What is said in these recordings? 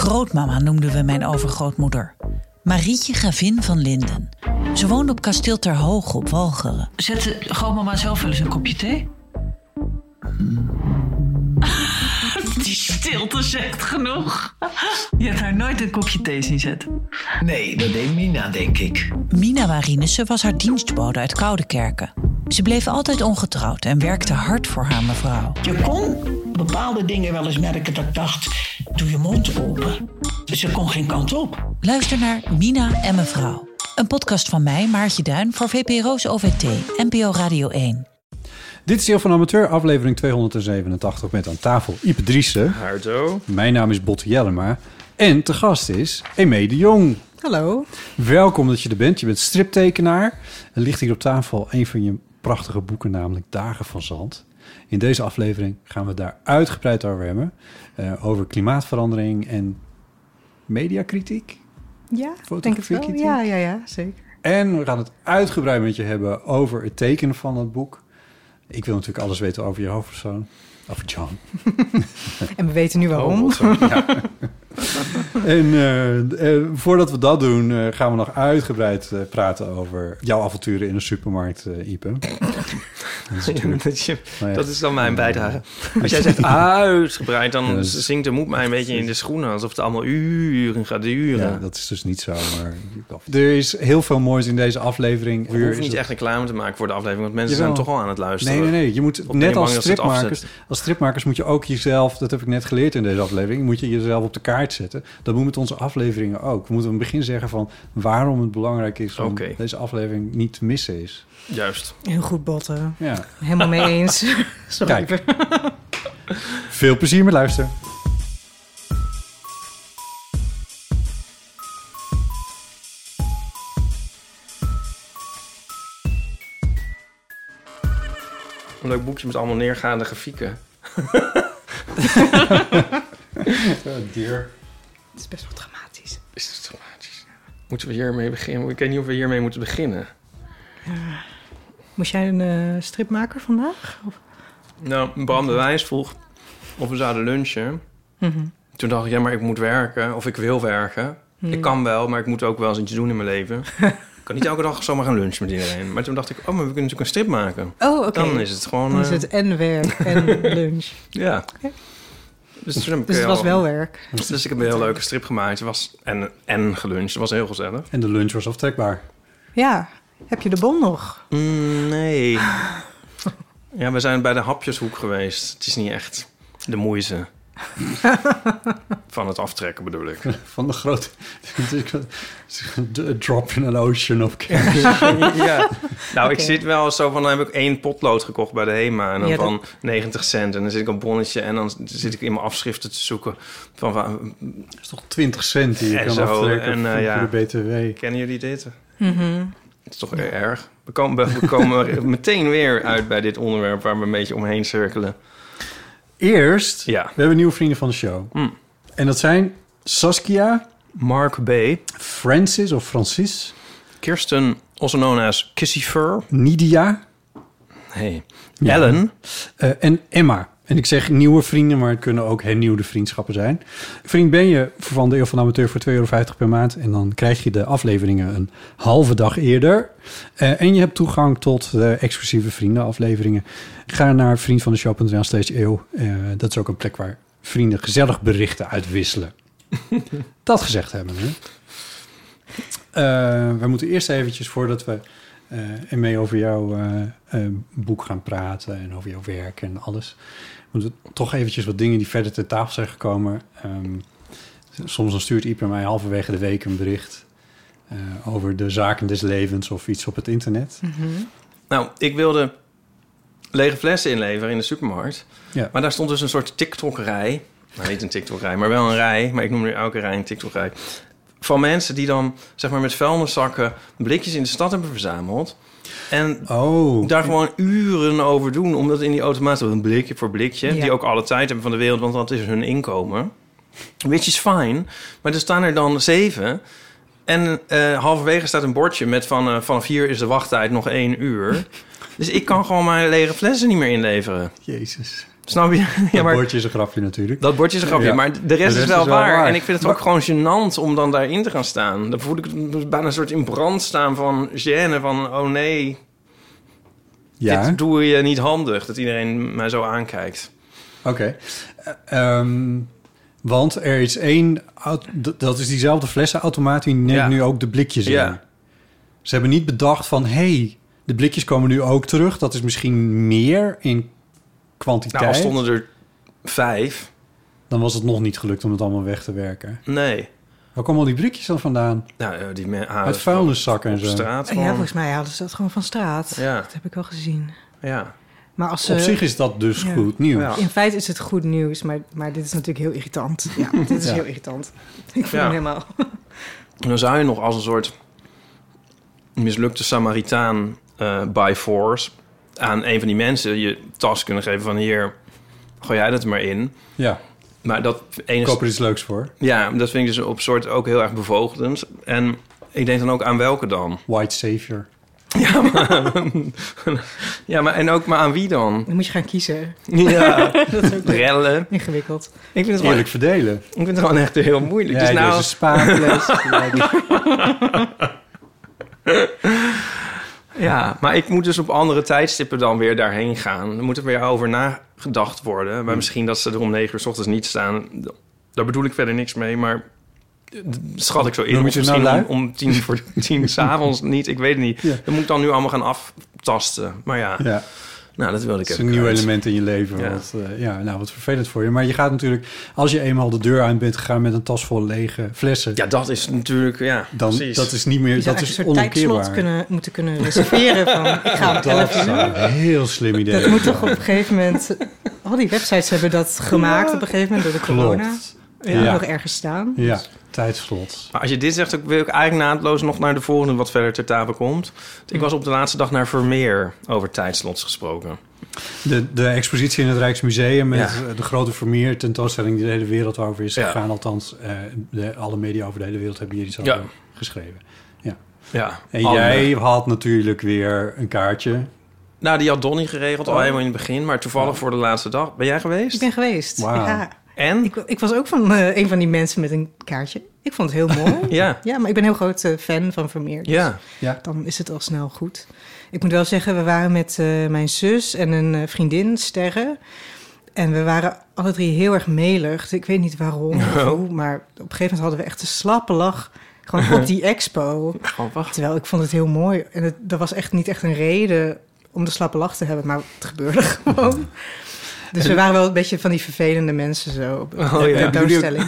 Grootmama noemden we mijn overgrootmoeder. Marietje Gravin van Linden. Ze woonde op kasteel Ter Hoog op Walcheren. Zette grootmama zelf wel eens een kopje thee? Die stilte zegt genoeg. Je hebt haar nooit een kopje thee zien zetten. Nee, dat deed Mina, denk ik. Mina Marinissen was haar dienstbode uit Koudekerke. Ze bleef altijd ongetrouwd en werkte hard voor haar mevrouw. Je kon bepaalde dingen wel eens merken dat ik dacht, doe je mond open. Ze kon geen kant op. Luister naar Mina en mevrouw. Een podcast van mij, Maartje Duin, voor VPRO's OVT, NPO Radio 1. Dit is Deel van Amateur, aflevering 287 met aan tafel Ipe Driessen. Hardo. Mijn naam is Botte Jellema en te gast is Aimee de Jong. Hallo. Welkom dat je er bent. Je bent striptekenaar. Er ligt hier op tafel een van je prachtige boeken, namelijk Dagen van Zand. In deze aflevering gaan we daar uitgebreid over hebben. Over klimaatverandering en mediakritiek. Ja, denk het wel. Ja, zeker. En we gaan het uitgebreid met je hebben over het tekenen van het boek. Ik wil natuurlijk alles weten over je hoofdpersoon. Over John. En we weten nu waarom. Ja. En voordat we dat doen, gaan we nog uitgebreid praten over jouw avonturen in een supermarkt, Ipe. Dat is dan mijn bijdrage. Als jij zegt uitgebreid, dan zinkt de moed mij een beetje in de schoenen. Alsof het allemaal uren gaat duren. Ja, dat is dus niet zo. Maar er is heel veel moois in deze aflevering. Je hoeft niet echt reclame te maken voor de aflevering, want mensen zijn toch al aan het luisteren. Nee. Je moet net als stripmakers moet je ook jezelf, dat heb ik net geleerd in deze aflevering, moet je jezelf op de kaart zetten. Dat moet met onze afleveringen ook. We moeten in het begin zeggen van waarom het belangrijk is om deze aflevering niet te missen is. Juist. Heel goed, Botte. Ja. Helemaal mee eens. Sorry. Kijk. Veel plezier met luisteren. Een leuk boekje met allemaal neergaande grafieken. Dier. Het is best wel dramatisch. Is het dramatisch? Moeten we hiermee beginnen? Ik weet niet of we hiermee moeten beginnen. Moest jij een strip maken vandaag? Of? Nou, Bram de Wijs vroeg of we zouden lunchen. Mm-hmm. Toen dacht ik, ja, maar ik moet werken. Of ik wil werken. Ik kan wel, maar ik moet ook wel eens iets doen in mijn leven. Ik kan niet elke dag zomaar gaan lunchen met iedereen. Maar toen dacht ik, maar we kunnen natuurlijk een strip maken. Oh, oké. Dan is het gewoon... Dan is het en werk en lunch. Ja. Okay. Dus het was wel werk. Dus ik heb een heel leuke strip gemaakt. Het was en geluncht. Het was heel gezellig. En de lunch was aftrekbaar. Ja. Heb je de bon nog? Nee. Ja, we zijn bij de hapjeshoek geweest. Het is niet echt de moeite. Van het aftrekken bedoel ik. Van de grote... drop in an ocean of cash. Ja. Nou, ik zit wel zo van... Dan heb ik 1 potlood gekocht bij de HEMA. En dan van 90 cent. En dan zit ik op een bonnetje. En dan zit ik in mijn afschriften te zoeken. Van dat is toch 20 cent die je kan aftrekken voor de BTW. Kennen jullie dit? Mm-hmm. Het is toch erg. We komen meteen weer uit bij dit onderwerp... waar we een beetje omheen cirkelen. Eerst, we hebben nieuwe vrienden van de show. En dat zijn Saskia, Mark B, Francis, Kirsten, also known as Kissy Fur, Nidia, Ellen en Emma. En ik zeg nieuwe vrienden, maar het kunnen ook hernieuwde vriendschappen zijn. Vriend ben je van de Eeuw van de Amateur voor €2,50 per maand. En dan krijg je de afleveringen een halve dag eerder. En je hebt toegang tot de exclusieve vriendenafleveringen. Ga naar vriendvandeshow.nl/eeuw. Dat is ook een plek waar vrienden gezellig berichten uitwisselen. Dat gezegd hebben we. We moeten eerst eventjes, voordat we ermee over jouw boek gaan praten en over jouw werk en alles, moeten we toch eventjes wat dingen die verder ter tafel zijn gekomen. Soms dan stuurt Ipe mij halverwege de week een bericht over de zaken des levens of iets op het internet. Mm-hmm. Nou, ik wilde lege flessen inleveren in de supermarkt. Ja. Maar daar stond dus een soort TikTok-rij. Nou, niet een TikTok-rij, maar wel een rij. Maar ik noem nu elke rij een TikTok-rij. Van mensen die dan, zeg maar, met vuilniszakken blikjes in de stad hebben verzameld. En daar gewoon uren over doen. Omdat in die automaten een blikje voor blikje. Die ook alle tijd hebben van de wereld, want dat is hun inkomen. Which is fine. Maar er staan er dan 7. En halverwege staat een bordje met vanaf hier is de wachttijd nog 1 uur. Dus ik kan gewoon mijn lege flessen niet meer inleveren. Jezus. Snap je? Dat bordje is een grapje natuurlijk. Dat bordje is een grapje, Ja. maar de rest is wel waar. En ik vind het Maar- ook gewoon gênant om dan daarin te gaan staan. Dan voel ik het bijna een soort in brand staan van gêne. Van, oh nee, Ja, dit doe je niet handig. Dat iedereen mij zo aankijkt. oké. Want er is één... Dat is diezelfde flessenautomaat die neemt Ja. nu ook de blikjes in. Ja. Ze hebben niet bedacht van... de blikjes komen nu ook terug. Dat is misschien meer in kwantiteit. Nou, al stonden er 5. Dan was het nog niet gelukt om het allemaal weg te werken. Nee. Waar komen al die blikjes dan vandaan? Nou, die Uit vuilniszakken en op zo. straat Ja, gewoon. volgens mij hadden ze dat gewoon van straat. Ja. Dat heb ik wel gezien. Ja. Maar als ze... Op zich is dat dus Ja. goed nieuws. Ja. In feite is het goed nieuws, maar dit is natuurlijk heel irritant. Ja, dit is Ja. heel irritant. Ik voel Ja. hem helemaal... En dan zou je nog als een soort mislukte Samaritaan by force aan een van die mensen je tas kunnen geven van hier, gooi jij dat er maar in. Ja, Maar dat ik ene... koop er iets leuks voor. Ja, dat vind ik dus op soort ook heel erg bevoogdend. En ik denk dan ook aan welke dan? White savior. Ja, maar aan wie dan? Dan moet je gaan kiezen. Ja, Dat is ook weer rellen. ingewikkeld. Ik vind het gewoon, Eerlijk verdelen. ik vind het gewoon echt heel moeilijk. Ja, Dus nou, deze spaarfles. ja, maar ik moet dus op andere tijdstippen dan weer daarheen gaan. Er moet er weer over nagedacht worden. Maar misschien dat ze er om 9 uur 's ochtends niet staan. Daar bedoel ik verder niks mee, maar schat ik zo in. Noem Of je het nou misschien lui? om 10:10 s'avonds niet. Ik weet het niet. Ja. Dat moet ik dan nu allemaal gaan aftasten. Maar ja, Ja, nou, dat wilde ik het is even een nieuw kwijt. element in je leven. Ja. Wat vervelend voor je. Maar je gaat natuurlijk, als je eenmaal de deur uit bent gegaan met een tas vol lege flessen, Ja, dat is natuurlijk, ja, dan precies. dat is niet meer, Je zou dat echt is een soort tijdslot onomkeerbaar. moeten kunnen reserveren van... Ik ga om Dat 11 is uur. een heel slim idee. Dat moet toch op een gegeven moment... Al die websites hebben dat gemaakt op een gegeven moment door de corona. Klopt. Ja. Ja. Nog ergens staan. Ja, tijdslot. Maar als je dit zegt, dan wil ik eigenlijk naadloos nog naar de volgende wat verder ter tafel komt. Ik was op de laatste dag naar Vermeer over tijdslots gesproken. De expositie in het Rijksmuseum met Ja. de grote Vermeer tentoonstelling die de hele wereld over is Ja. gegaan. Althans, alle media over de hele wereld hebben hier iets Ja. over geschreven. Ja. En Anne. jij had natuurlijk weer een kaartje. Nou, die had Donnie geregeld al helemaal in het begin. Maar toevallig voor de laatste dag. Ben jij geweest? Ik ben geweest. Wauw. Ja. En? Ik was ook van een van die mensen met een kaartje. Ik vond het heel mooi. Ja. Ja, maar ik ben een heel groot fan van Vermeer. Dus Ja. Ja. dan is het al snel goed. Ik moet wel zeggen, we waren met mijn zus en een vriendin, Sterre. En we waren alle 3 heel erg melig. Ik weet niet waarom of hoe, maar op een gegeven moment hadden we echt een slappe lach. Gewoon op die expo. Grappig. Terwijl ik vond het heel mooi. En er was echt niet echt een reden om de slappe lach te hebben. Maar het gebeurde gewoon. Dus we waren wel een beetje van die vervelende mensen zo op de tentoonstelling.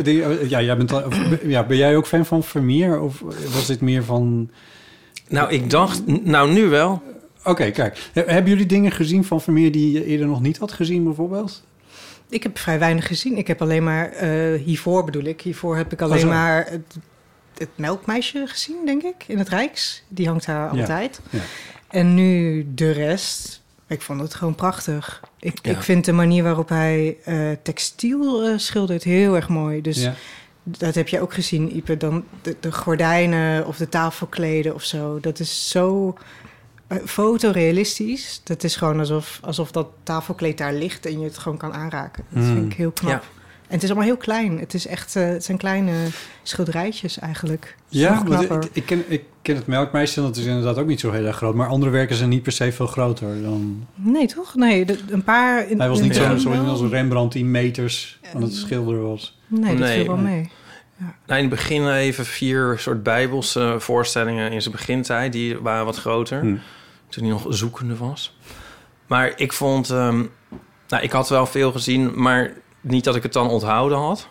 Ben jij ook fan van Vermeer? Of was dit meer van... Nou, ik dacht... Nou, nu wel. Oké, kijk. Hebben jullie dingen gezien van Vermeer die je eerder nog niet had gezien bijvoorbeeld? Ik heb vrij weinig gezien. Ik heb alleen maar... hiervoor bedoel ik. Hiervoor heb ik alleen zo. maar het melkmeisje gezien, denk ik. In het Rijks. Die hangt daar Ja. altijd. Ja. En nu de rest... Ik vond het gewoon prachtig. Ja. Ik vind de manier waarop hij textiel schildert heel erg mooi. Dus Ja. dat heb je ook gezien, Ipe. Dan de gordijnen of de tafelkleden of zo. Dat is zo fotorealistisch. Dat is gewoon alsof dat tafelkleed daar ligt en je het gewoon kan aanraken. Dat vind ik heel knap. Ja. En het is allemaal heel klein. Het is echt, het zijn kleine schilderijtjes eigenlijk. Ja, Nog knapper. ik ken het melkmeisje, dat is inderdaad ook niet zo heel erg groot. Maar andere werken zijn niet per se veel groter dan... Nee, toch? Nee, een paar... Hij was niet Ja. zoals een Rembrandt die meters aan het schilderen was. Nee, dat Nee. viel wel mee. Nou, in het begin even 4 soort bijbelse voorstellingen in zijn begintijd. Die waren wat groter. Toen hij nog zoekende was. Maar ik vond... ik had wel veel gezien, maar niet dat ik het dan onthouden had.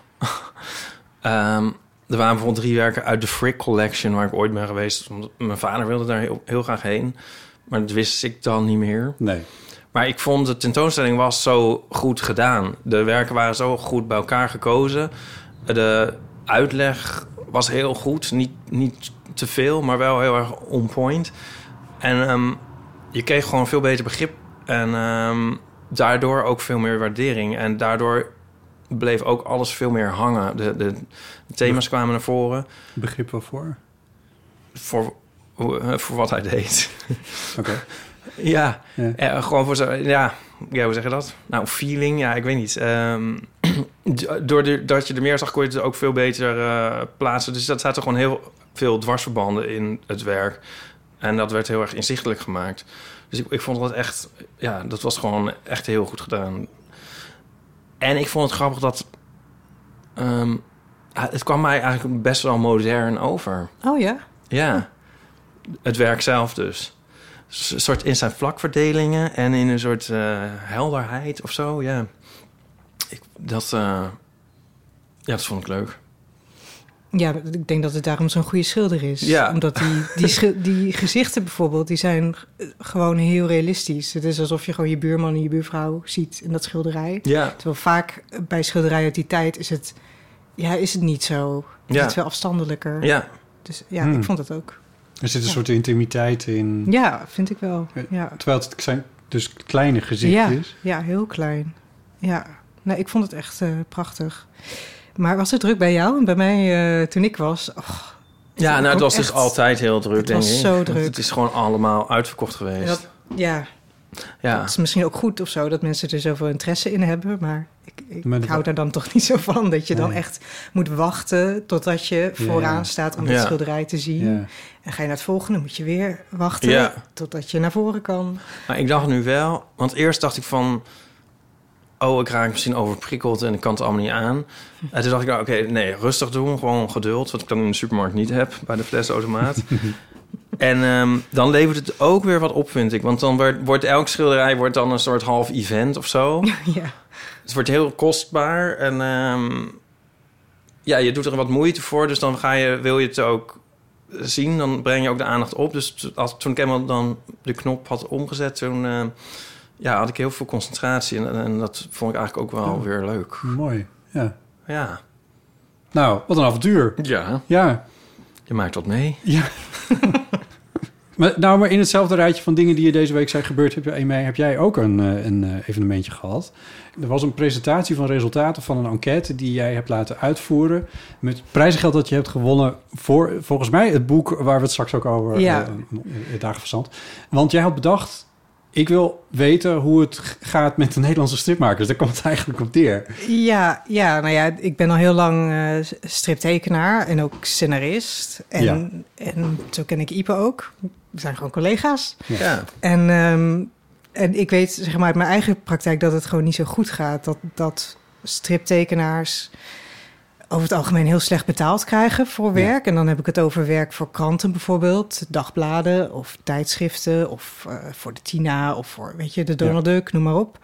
Er waren bijvoorbeeld 3 werken uit de Frick Collection... waar ik ooit ben geweest. Omdat mijn vader wilde daar heel graag heen. Maar dat wist ik dan niet meer. Nee. Maar ik vond de tentoonstelling was zo goed gedaan. De werken waren zo goed bij elkaar gekozen. De uitleg was heel goed. Niet te veel, maar wel heel erg on point. En je kreeg gewoon veel beter begrip. En daardoor ook veel meer waardering. En daardoor bleef ook alles veel meer hangen. De thema's kwamen naar voren. Begrip wel voor? Voor wat hij deed. Oké. Ja, gewoon voor zo... Ja, hoe zeg je dat? Nou, feeling, ja, ik weet niet. Doordat je er meer zag, kon je het ook veel beter plaatsen. Dus dat zaten gewoon heel veel dwarsverbanden in het werk. En dat werd heel erg inzichtelijk gemaakt. Dus ik vond dat echt... Ja, dat was gewoon echt heel goed gedaan. En ik vond het grappig dat... het kwam mij eigenlijk best wel modern over. Oh ja? Ja, het werk zelf dus. Een soort in zijn vlakverdelingen en in een soort helderheid of zo, ja. Dat vond ik leuk. Ja, ik denk dat het daarom zo'n goede schilder is. Ja. Omdat die gezichten bijvoorbeeld, die zijn gewoon heel realistisch. Het is alsof je gewoon je buurman en je buurvrouw ziet in dat schilderij. Ja. Terwijl vaak bij schilderijen uit die tijd is het niet zo. Is het veel afstandelijker. Ja. Dus ja, ik vond het ook. Er zit een soort intimiteit in. Ja, vind ik wel. Ja. Terwijl het zijn dus kleine gezichtjes. Ja, heel klein. Ja, nee, ik vond het echt prachtig. Maar was het druk bij jou en bij mij toen ik was? Ja, nou, het was dus altijd heel druk, denk ik. Het was zo druk. Het is gewoon allemaal uitverkocht geweest. Ja. Het is misschien ook goed of zo dat mensen er zoveel interesse in hebben. Maar ik hou daar dan toch niet zo van. Dat je dan echt moet wachten totdat je vooraan staat om het schilderij te zien. Ja. En ga je naar het volgende, moet je weer wachten totdat je naar voren kan. Maar ik dacht nu wel, want eerst dacht ik van... ik raak misschien overprikkeld en ik kan het allemaal niet aan. En toen dacht ik, nee, rustig doen, gewoon geduld. Wat ik dan in de supermarkt niet heb, bij de flesautomaat. En dan levert het ook weer wat op, vind ik. Want dan wordt elk schilderij dan een soort half event of zo. Ja. Het wordt heel kostbaar. En je doet er wat moeite voor. Dus dan wil je het ook zien. Dan breng je ook de aandacht op. Dus toen ik eenmaal dan de knop had omgezet... toen had ik heel veel concentratie. En dat vond ik eigenlijk ook wel weer leuk. Mooi, ja. Ja. Nou, wat een avontuur. Ja. Ja. Je maakt wat mee. Ja. Maar in hetzelfde rijtje van dingen die je deze week zijn gebeurd... heb jij ook een evenementje gehad. Er was een presentatie van resultaten van een enquête... die jij hebt laten uitvoeren... met prijzengeld dat je hebt gewonnen... voor volgens mij het boek waar we het straks ook over... het dagen van Zand. Want jij had bedacht... Ik wil weten hoe het gaat met de Nederlandse stripmakers. Daar komt het eigenlijk op neer. Ja, nou ja, ik ben al heel lang striptekenaar en ook scenarist. En zo ken ik Ipe ook. We zijn gewoon collega's. Ja. En ik weet zeg maar uit mijn eigen praktijk dat het gewoon niet zo goed gaat. Dat striptekenaars over het algemeen heel slecht betaald krijgen voor werk. Ja. En dan heb ik het over werk voor kranten bijvoorbeeld, dagbladen of tijdschriften of voor de Tina of voor, de Donald Duck, noem maar op.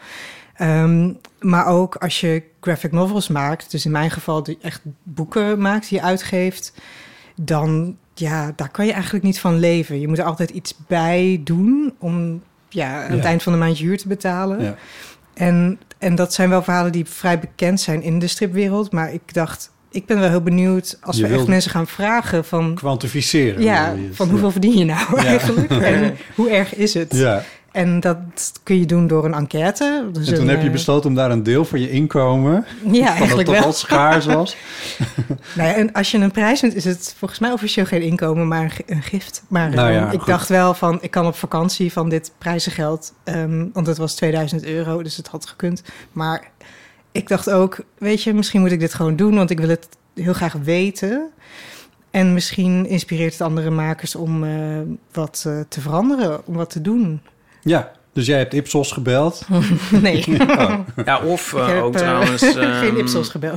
Maar ook als je graphic novels maakt, dus in mijn geval die echt boeken maakt, die je uitgeeft, dan daar kan je eigenlijk niet van leven. Je moet er altijd iets bij doen om aan het eind van de maand je huur te betalen. Ja. En dat zijn wel verhalen die vrij bekend zijn in de stripwereld. Maar ik dacht, ik ben wel heel benieuwd als we echt mensen gaan vragen van... Kwantificeren. Ja, van hoeveel verdien je nou eigenlijk? En hoe erg is het? Ja. En dat kun je doen door een enquête. Dus en toen heb je besloten om daar een deel van je inkomen... Ja, eigenlijk wel. Wat schaars was. Nou ja, en als je een prijs wint, is het volgens mij officieel geen inkomen, maar een gift. Maar ik dacht wel van, ik kan op vakantie van dit prijzengeld... want het was €2000, dus het had gekund. Maar ik dacht ook, misschien moet ik dit gewoon doen... want ik wil het heel graag weten... En misschien inspireert het andere makers om wat te veranderen, om wat te doen. Ja, dus jij hebt Ipsos gebeld? Nee. Oh. Ja, of ook trouwens... geen Ipsos gebeld.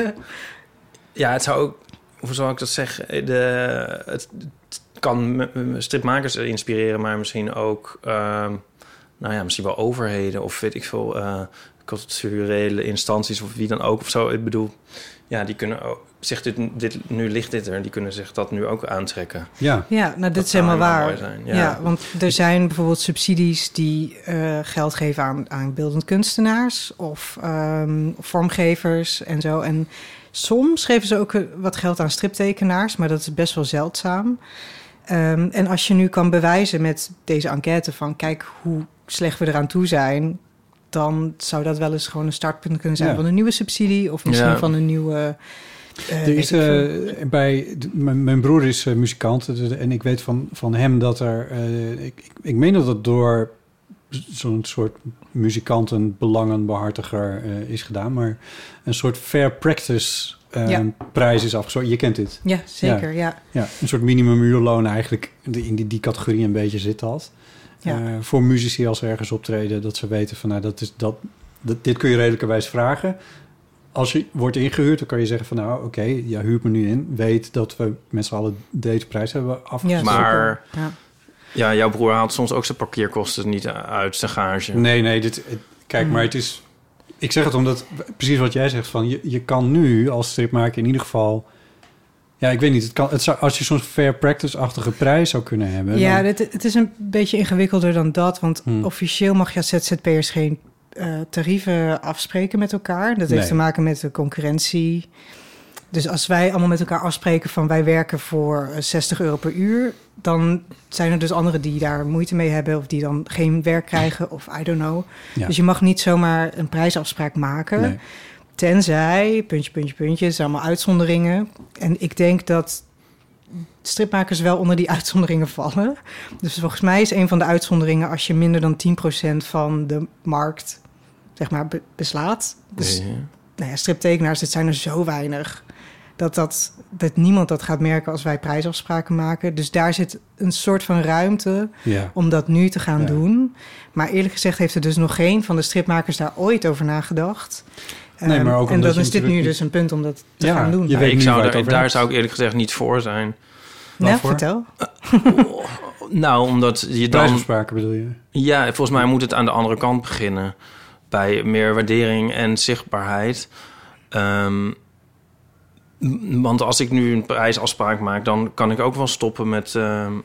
Ja, het zou ook... Hoe zou ik dat zeggen? Het kan stripmakers inspireren, maar misschien ook... misschien wel overheden of weet ik veel... culturele instanties of wie dan ook of zo. Ik bedoel, die kunnen ook... nu ligt dit er, die kunnen zich dat nu ook aantrekken. Ja, nou, dit is helemaal waar. Ja, want er zijn bijvoorbeeld subsidies die geld geven aan beeldend kunstenaars of vormgevers en zo. En soms geven ze ook wat geld aan striptekenaars, maar dat is best wel zeldzaam. En als je nu kan bewijzen met deze enquête van kijk hoe slecht we eraan toe zijn, dan zou dat wel eens gewoon een startpunt kunnen zijn van een nieuwe subsidie of misschien van een nieuwe Er is, mijn broer is muzikant en ik weet van hem dat er... ik meen dat het door zo'n soort muzikantenbelangenbehartiger is gedaan, maar een soort fair practice prijs is afgesloten. Je kent dit? Ja, zeker, ja. Een soort minimumuurloon eigenlijk. In die categorie een beetje zit dat. Ja. Voor muzici als ze ergens optreden, dat ze weten van... nou, dit kun je redelijkerwijs vragen. Als je wordt ingehuurd, dan kan je zeggen van... nou, oké, huurt me nu in. Weet dat we met z'n allen deze prijs hebben afgesloten. Maar jouw broer haalt soms ook zijn parkeerkosten niet uit zijn gage. Nee, kijk, maar het is... Ik zeg het omdat, precies wat jij zegt, van je kan nu als stripmaker in ieder geval... Ja, ik weet niet, als je zo'n fair practice-achtige prijs zou kunnen hebben... Ja, het is een beetje ingewikkelder dan dat, want officieel mag je als ZZP'ers geen tarieven afspreken met elkaar. Dat heeft te maken met de concurrentie. Dus als wij allemaal met elkaar afspreken van wij werken voor €60 per uur... dan zijn er dus anderen die daar moeite mee hebben... of die dan geen werk krijgen of I don't know. Ja. Dus je mag niet zomaar een prijsafspraak maken... Nee. Tenzij, puntje, het zijn allemaal uitzonderingen. En ik denk dat stripmakers wel onder die uitzonderingen vallen. Dus volgens mij is een van de uitzonderingen... als je minder dan 10% van de markt, zeg maar, beslaat. Dus striptekenaars, het zijn er zo weinig... dat niemand dat gaat merken als wij prijsafspraken maken. Dus daar zit een soort van ruimte om dat nu te gaan doen. Maar eerlijk gezegd heeft er dus nog geen van de stripmakers daar ooit over nagedacht... Nee, maar ook en dan is dit nu dus een punt om dat te gaan doen. Daar zou ik eerlijk gezegd niet voor zijn. Nou, vertel. Nou, omdat je dan... Prijsafspraken bedoel je? Ja, volgens mij moet het aan de andere kant beginnen. Bij meer waardering en zichtbaarheid. Want als ik nu een prijsafspraak maak... dan kan ik ook wel stoppen met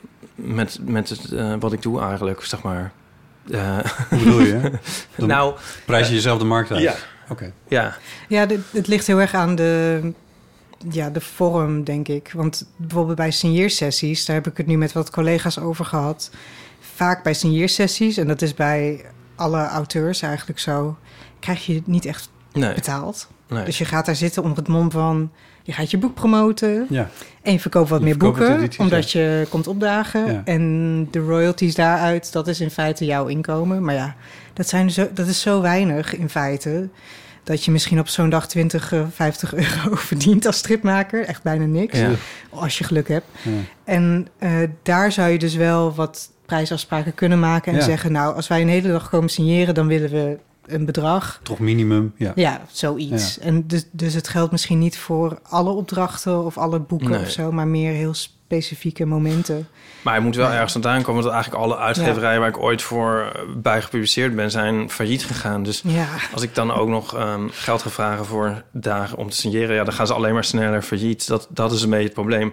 wat ik doe eigenlijk, zeg maar. Hoe bedoel je? Nou, prijs je jezelf de markt uit? Ja. Okay. Ja, het ligt heel erg aan de vorm, denk ik. Want bijvoorbeeld bij signeersessies... daar heb ik het nu met wat collega's over gehad... vaak bij signeersessies... en dat is bij alle auteurs eigenlijk zo... krijg je het niet echt betaald. Nee. Dus je gaat daar zitten onder het mom van... je gaat je boek promoten... en je verkoopt wat meer boeken... omdat je komt opdagen... Ja. En de royalties daaruit... dat is in feite jouw inkomen. Maar ja, dat is zo weinig in feite... dat je misschien op zo'n dag 50 euro verdient als stripmaker. Echt bijna niks, als je geluk hebt. Ja. En daar zou je dus wel wat prijsafspraken kunnen maken... en zeggen, nou, als wij een hele dag komen signeren... dan willen we een bedrag. Toch minimum, Ja, zoiets. Ja. En dus het geldt misschien niet voor alle opdrachten... of alle boeken of zo, maar meer heel specifieke momenten. Maar je moet wel ergens vandaan komen... want eigenlijk alle uitgeverijen waar ik ooit voor bij gepubliceerd ben... zijn failliet gegaan. Dus als ik dan ook nog geld ga vragen voor dagen om te signeren... dan gaan ze alleen maar sneller failliet. Dat is een beetje het probleem.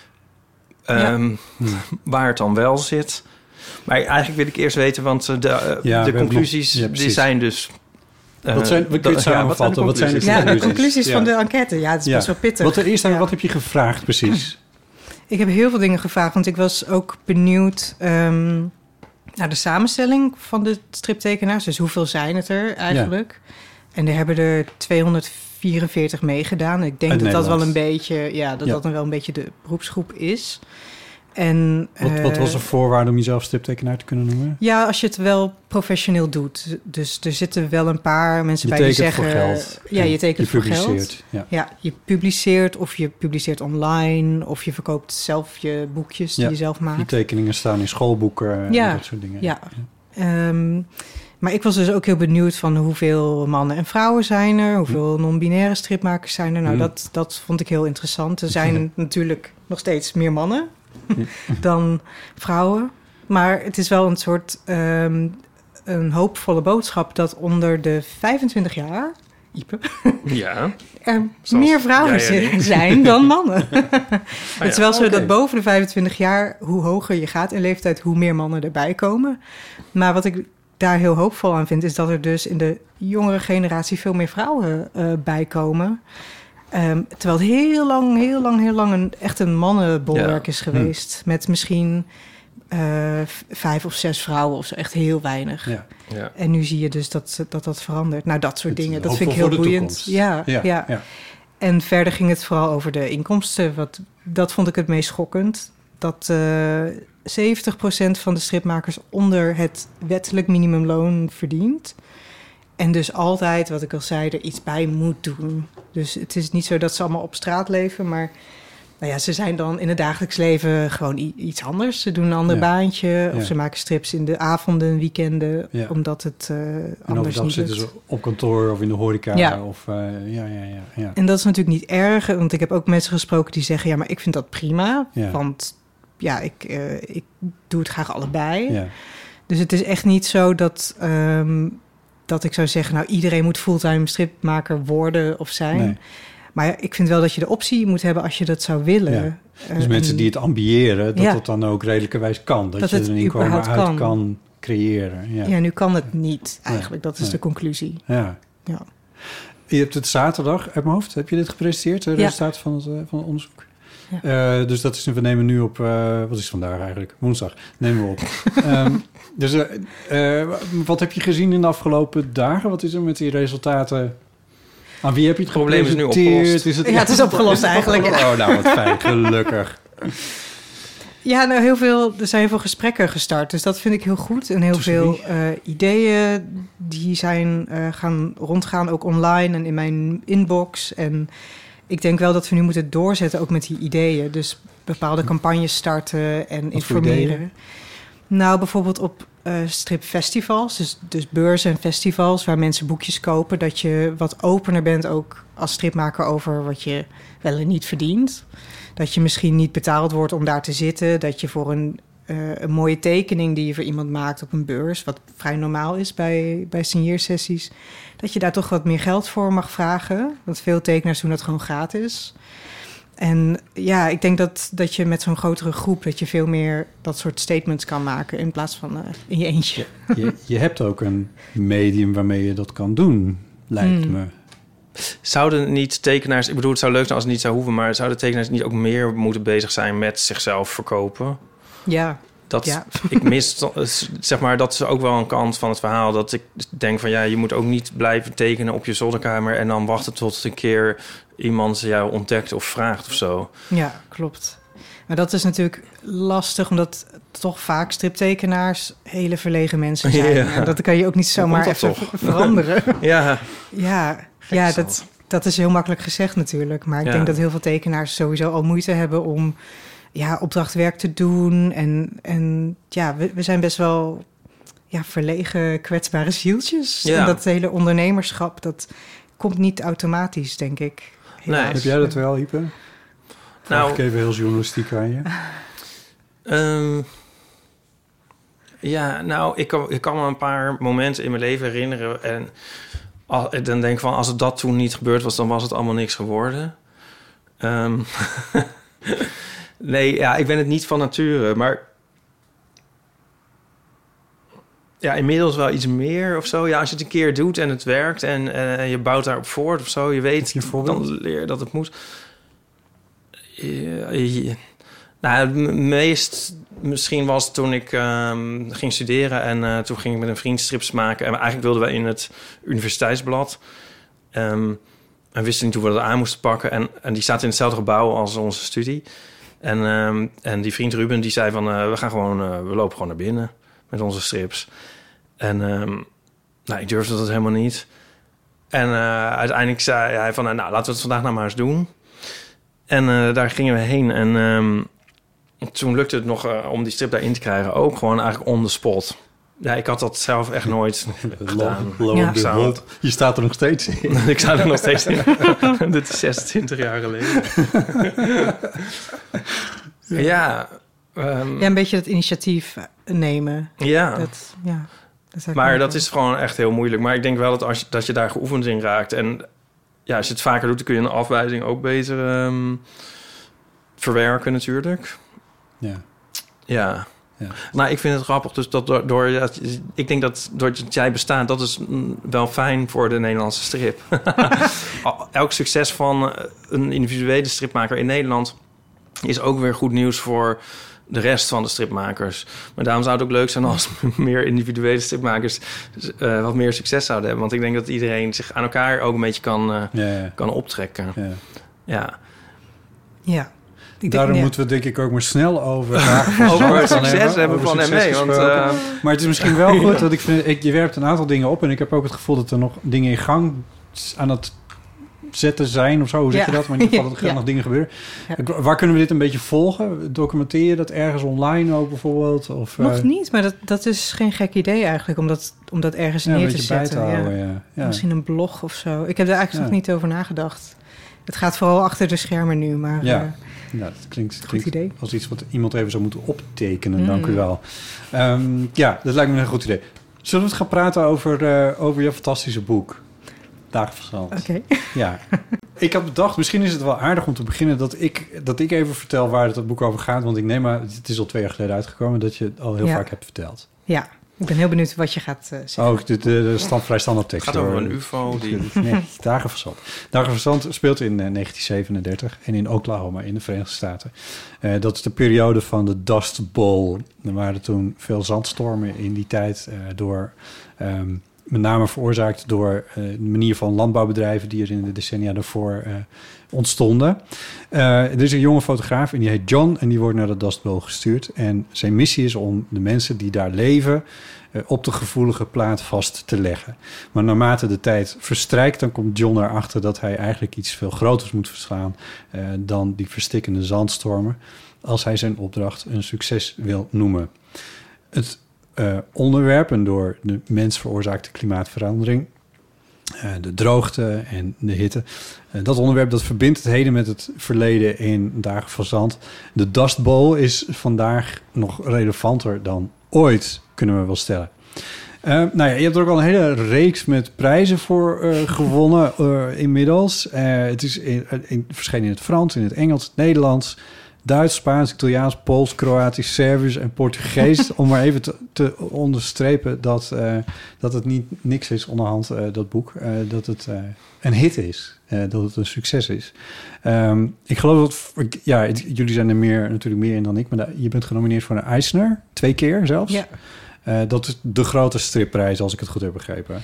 Waar het dan wel zit... Maar eigenlijk wil ik eerst weten, want de conclusies die zijn dus... Wat zijn de conclusies van de enquête? Ja, het is best wel pittig. Wat heb je gevraagd precies? Ik heb heel veel dingen gevraagd, want ik was ook benieuwd naar de samenstelling van de striptekenaars. Dus hoeveel zijn het er eigenlijk? Ja. En er hebben er 244 meegedaan. Ik denk dat wel een beetje, dat wel een beetje de beroepsgroep is. En, wat was de voorwaarde om jezelf striptekenaar te kunnen noemen? Ja, als je het wel professioneel doet. Dus er zitten wel een paar mensen bij die zeggen... Je tekent voor geld. Ja, je tekent voor geld. Ja, je publiceert of je publiceert online... of je verkoopt zelf je boekjes die je zelf maakt. Die tekeningen staan in schoolboeken en dat soort dingen. Ja. Maar ik was dus ook heel benieuwd van hoeveel mannen en vrouwen zijn er... hoeveel non-binaire stripmakers zijn er. Nou, dat vond ik heel interessant. Er zijn natuurlijk nog steeds meer mannen... dan vrouwen. Maar het is wel een soort een hoopvolle boodschap... dat onder de 25 jaar, Ipe, er meer vrouwen zijn dan mannen. Het is wel zo dat boven de 25 jaar... hoe hoger je gaat in leeftijd, hoe meer mannen erbij komen. Maar wat ik daar heel hoopvol aan vind... is dat er dus in de jongere generatie veel meer vrouwen bij komen... terwijl het heel lang echt een mannenbolwerk is geweest. Met misschien 5 of 6 vrouwen of zo. Echt heel weinig. Ja. En nu zie je dus dat verandert. Nou, dat soort dingen. Dat vind ik heel boeiend. Ja. En verder ging het vooral over de inkomsten. Dat vond ik het meest schokkend. Dat 70% van de stripmakers onder het wettelijk minimumloon verdient. En dus altijd, wat ik al zei, er iets bij moet doen. Dus het is niet zo dat ze allemaal op straat leven, maar ze zijn dan in het dagelijks leven gewoon iets anders. Ze doen een ander baantje of ze maken strips in de avonden, weekenden, omdat het anders niet zitten ze op kantoor of in de horeca. Ja. En dat is natuurlijk niet erg, want ik heb ook mensen gesproken die zeggen, ja, maar ik vind dat prima, want ik doe het graag allebei. Ja. Dus het is echt niet zo dat ik zou zeggen, nou, iedereen moet fulltime stripmaker worden of zijn. Nee. Maar ik vind wel dat je de optie moet hebben als je dat zou willen. Ja. Dus mensen die het ambiëren, dat het dan ook redelijkerwijs kan. Dat je er een inkomen uit kan creëren. Ja, nu kan het niet eigenlijk. Dat is de conclusie. Ja. Je hebt het zaterdag uit mijn hoofd. Heb je dit gepresenteerd, de resultaten van het onderzoek? Ja. Dus dat is, we nemen nu op... wat is vandaag eigenlijk? Woensdag nemen we op. Wat heb je gezien in de afgelopen dagen? Wat is er met die resultaten? Aan wie heb je het gepresenteerd? Het probleem is nu opgelost. Het is opgelost eigenlijk. Oh, nou wat fijn. Gelukkig. Ja, nou er zijn heel veel gesprekken gestart. Dus dat vind ik heel goed. En heel veel ideeën die zijn gaan rondgaan, ook online en in mijn inbox. En ik denk wel dat we nu moeten doorzetten, ook met die ideeën. Dus bepaalde campagnes starten en informeren. Nou, bijvoorbeeld op stripfestivals, dus beurzen en festivals waar mensen boekjes kopen, dat je wat opener bent ook als stripmaker over wat je wel en niet verdient. Dat je misschien niet betaald wordt om daar te zitten, dat je voor een mooie tekening die je voor iemand maakt op een beurs, wat vrij normaal is bij signeersessies, dat je daar toch wat meer geld voor mag vragen. Want veel tekenaars doen dat gewoon gratis. En ja, ik denk dat je met zo'n grotere groep, dat je veel meer dat soort statements kan maken in plaats van in je eentje. Je hebt ook een medium waarmee je dat kan doen, lijkt me. Zouden niet tekenaars, ik bedoel, het zou leuk zijn als het niet zou hoeven, maar zouden tekenaars niet ook meer moeten bezig zijn met zichzelf verkopen? Ja. Ik mis, zeg maar, dat is ook wel een kant van het verhaal. Dat ik denk van, je moet ook niet blijven tekenen op je zolderkamer en dan wachten tot een keer iemand jou ontdekt of vraagt of zo. Ja, klopt. Maar dat is natuurlijk lastig, omdat toch vaak striptekenaars hele verlegen mensen zijn. Ja. En dat kan je ook niet zomaar even veranderen. Ja, dat is heel makkelijk gezegd natuurlijk. Maar ik denk dat heel veel tekenaars sowieso al moeite hebben om opdrachtwerk te doen. En we zijn best wel verlegen, kwetsbare zieltjes. Ja. En dat hele ondernemerschap, dat komt niet automatisch, denk ik. Nee. Heb jij dat wel, Ipe? Nou, ik even heel journalistiek aan je. Ik kan me een paar momenten in mijn leven herinneren. En dan denk ik van, als het dat toen niet gebeurd was, dan was het allemaal niks geworden. Ik ben het niet van nature, maar inmiddels wel iets meer of zo. Ja, als je het een keer doet en het werkt en je bouwt daarop voort of zo, je weet, dan leer je dat het moet. Het meest misschien was toen ik ging studeren en toen ging ik met een vriend strips maken. En eigenlijk wilden we in het universiteitsblad. En wisten niet hoe we dat aan moesten pakken. En die staat in hetzelfde gebouw als onze studie. En die vriend Ruben, die zei van, we lopen gewoon naar binnen met onze strips. En ik durfde dat helemaal niet. En uiteindelijk zei hij van, laten we het vandaag nou maar eens doen. En daar gingen we heen. En toen lukte het nog om die strip daarin te krijgen. Ook gewoon eigenlijk on the spot. Ja, ik had dat zelf echt nooit gedaan. Je staat er nog steeds in. Ik sta er nog steeds in. Dit is 26 jaar geleden. Een beetje dat initiatief nemen. Ja. Maar dat is gewoon echt heel moeilijk. Maar ik denk wel dat je daar geoefend in raakt. En als je het vaker doet, dan kun je een afwijzing ook beter verwerken natuurlijk. Ja. Nou, ik vind het grappig. Dus ik denk dat doordat jij bestaat, dat is wel fijn voor de Nederlandse strip. Elk succes van een individuele stripmaker in Nederland is ook weer goed nieuws voor de rest van de stripmakers. Maar daarom zou het ook leuk zijn als meer individuele stripmakers wat meer succes zouden hebben. Want ik denk dat iedereen zich aan elkaar ook een beetje kan optrekken. Ja. Daarom moeten we denk ik ook maar snel over over succes hebben van ME. Maar het is misschien wel goed, want ik vind, je werpt een aantal dingen op en ik heb ook het gevoel dat er nog dingen in gang aan het zetten zijn of zo. Hoe zeg je dat? Maar in ieder geval dat er nog dingen gebeuren. Ja. Waar kunnen we dit een beetje volgen? Documenteer je dat ergens online ook bijvoorbeeld? Of, nog niet, maar dat is geen gek idee eigenlijk om dat ergens neer te zetten. Bij te houden, Misschien een blog of zo. Ik heb er eigenlijk nog niet over nagedacht. Het gaat vooral achter de schermen nu, maar... Ja, dat klinkt idee. Als iets wat iemand even zou moeten optekenen. Dank u wel. Dat lijkt me een goed idee. Zullen we het gaan praten over je fantastische boek? Dagenverzand. Oké. Ja. Ik had bedacht, misschien is het wel aardig om te beginnen... dat ik even vertel waar het boek over gaat. Want ik neem maar, het is al 2 jaar geleden uitgekomen... dat je het al heel vaak hebt verteld. Ja. Ik ben heel benieuwd wat je gaat zeggen. Oh, de vrij standaard tekst. Het gaat over een ufo. Nee, Dagenverzand. Dagenverzand speelt in 1937 en in Oklahoma in de Verenigde Staten. Dat is de periode van de Dust Bowl. Er waren toen veel zandstormen in die tijd door... met name veroorzaakt door de manier van landbouwbedrijven... die er in de decennia daarvoor ontstonden. Er is een jonge fotograaf en die heet John... en die wordt naar de Dust Bowl gestuurd. En zijn missie is om de mensen die daar leven... op de gevoelige plaat vast te leggen. Maar naarmate de tijd verstrijkt... dan komt John erachter dat hij eigenlijk iets veel groters moet verslaan... dan die verstikkende zandstormen... als hij zijn opdracht een succes wil noemen. Het onderwerp en door de mens veroorzaakte klimaatverandering... de droogte en de hitte. Dat onderwerp dat verbindt het heden met het verleden in Dagen van Zand. De Dust Bowl is vandaag nog relevanter dan ooit, kunnen we wel stellen. Je hebt er ook al een hele reeks met prijzen voor gewonnen inmiddels. Het is verschenen in het Frans, in het Engels, het Nederlands... Duits, Spaans, Italiaans, Pools, Kroatisch, Servisch en Portugees... om maar even te onderstrepen dat het niks is onderhand, dat boek. Dat het een hit is, dat het een succes is. Ik geloof dat... jullie zijn er natuurlijk meer in dan ik... maar je bent genomineerd voor een Eisner, 2 keer zelfs. Ja. Dat is de grote stripprijs, als ik het goed heb begrepen.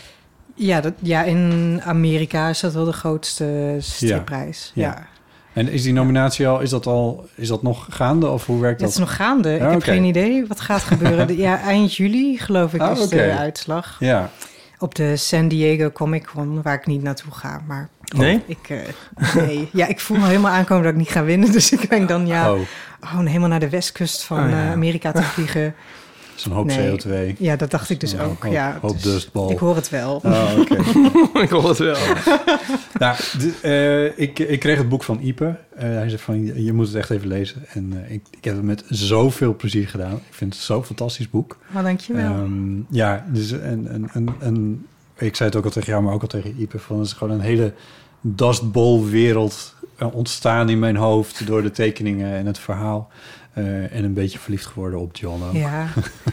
Ja, in Amerika is dat wel de grootste stripprijs. Ja. En is die nominatie is dat nog gaande of hoe werkt dat? Het is nog gaande. Ik heb geen idee wat gaat gebeuren. Eind juli geloof ik is de uitslag. Ja. Op de San Diego Comic Con, waar ik niet naartoe ga. Maar nee? Nee. Ja, ik voel me helemaal aankomen dat ik niet ga winnen. Dus ik denk dan helemaal naar de westkust van Amerika te vliegen. Zo'n hoop CO2. Ja, dat dacht ik dus ook. Hoop dustbal. Ik hoor het wel. Oh, oké. Ik hoor het wel. Ik kreeg het boek van Ipe. Hij zei van, je moet het echt even lezen. En ik heb het met zoveel plezier gedaan. Ik vind het zo'n fantastisch boek. Dankjewel. Dus ik zei het ook al tegen jou, maar ook al tegen Ipe. Van, het is gewoon een hele Dust Bowl wereld ontstaan in mijn hoofd... door de tekeningen en het verhaal. En een beetje verliefd geworden op John ook. Ja.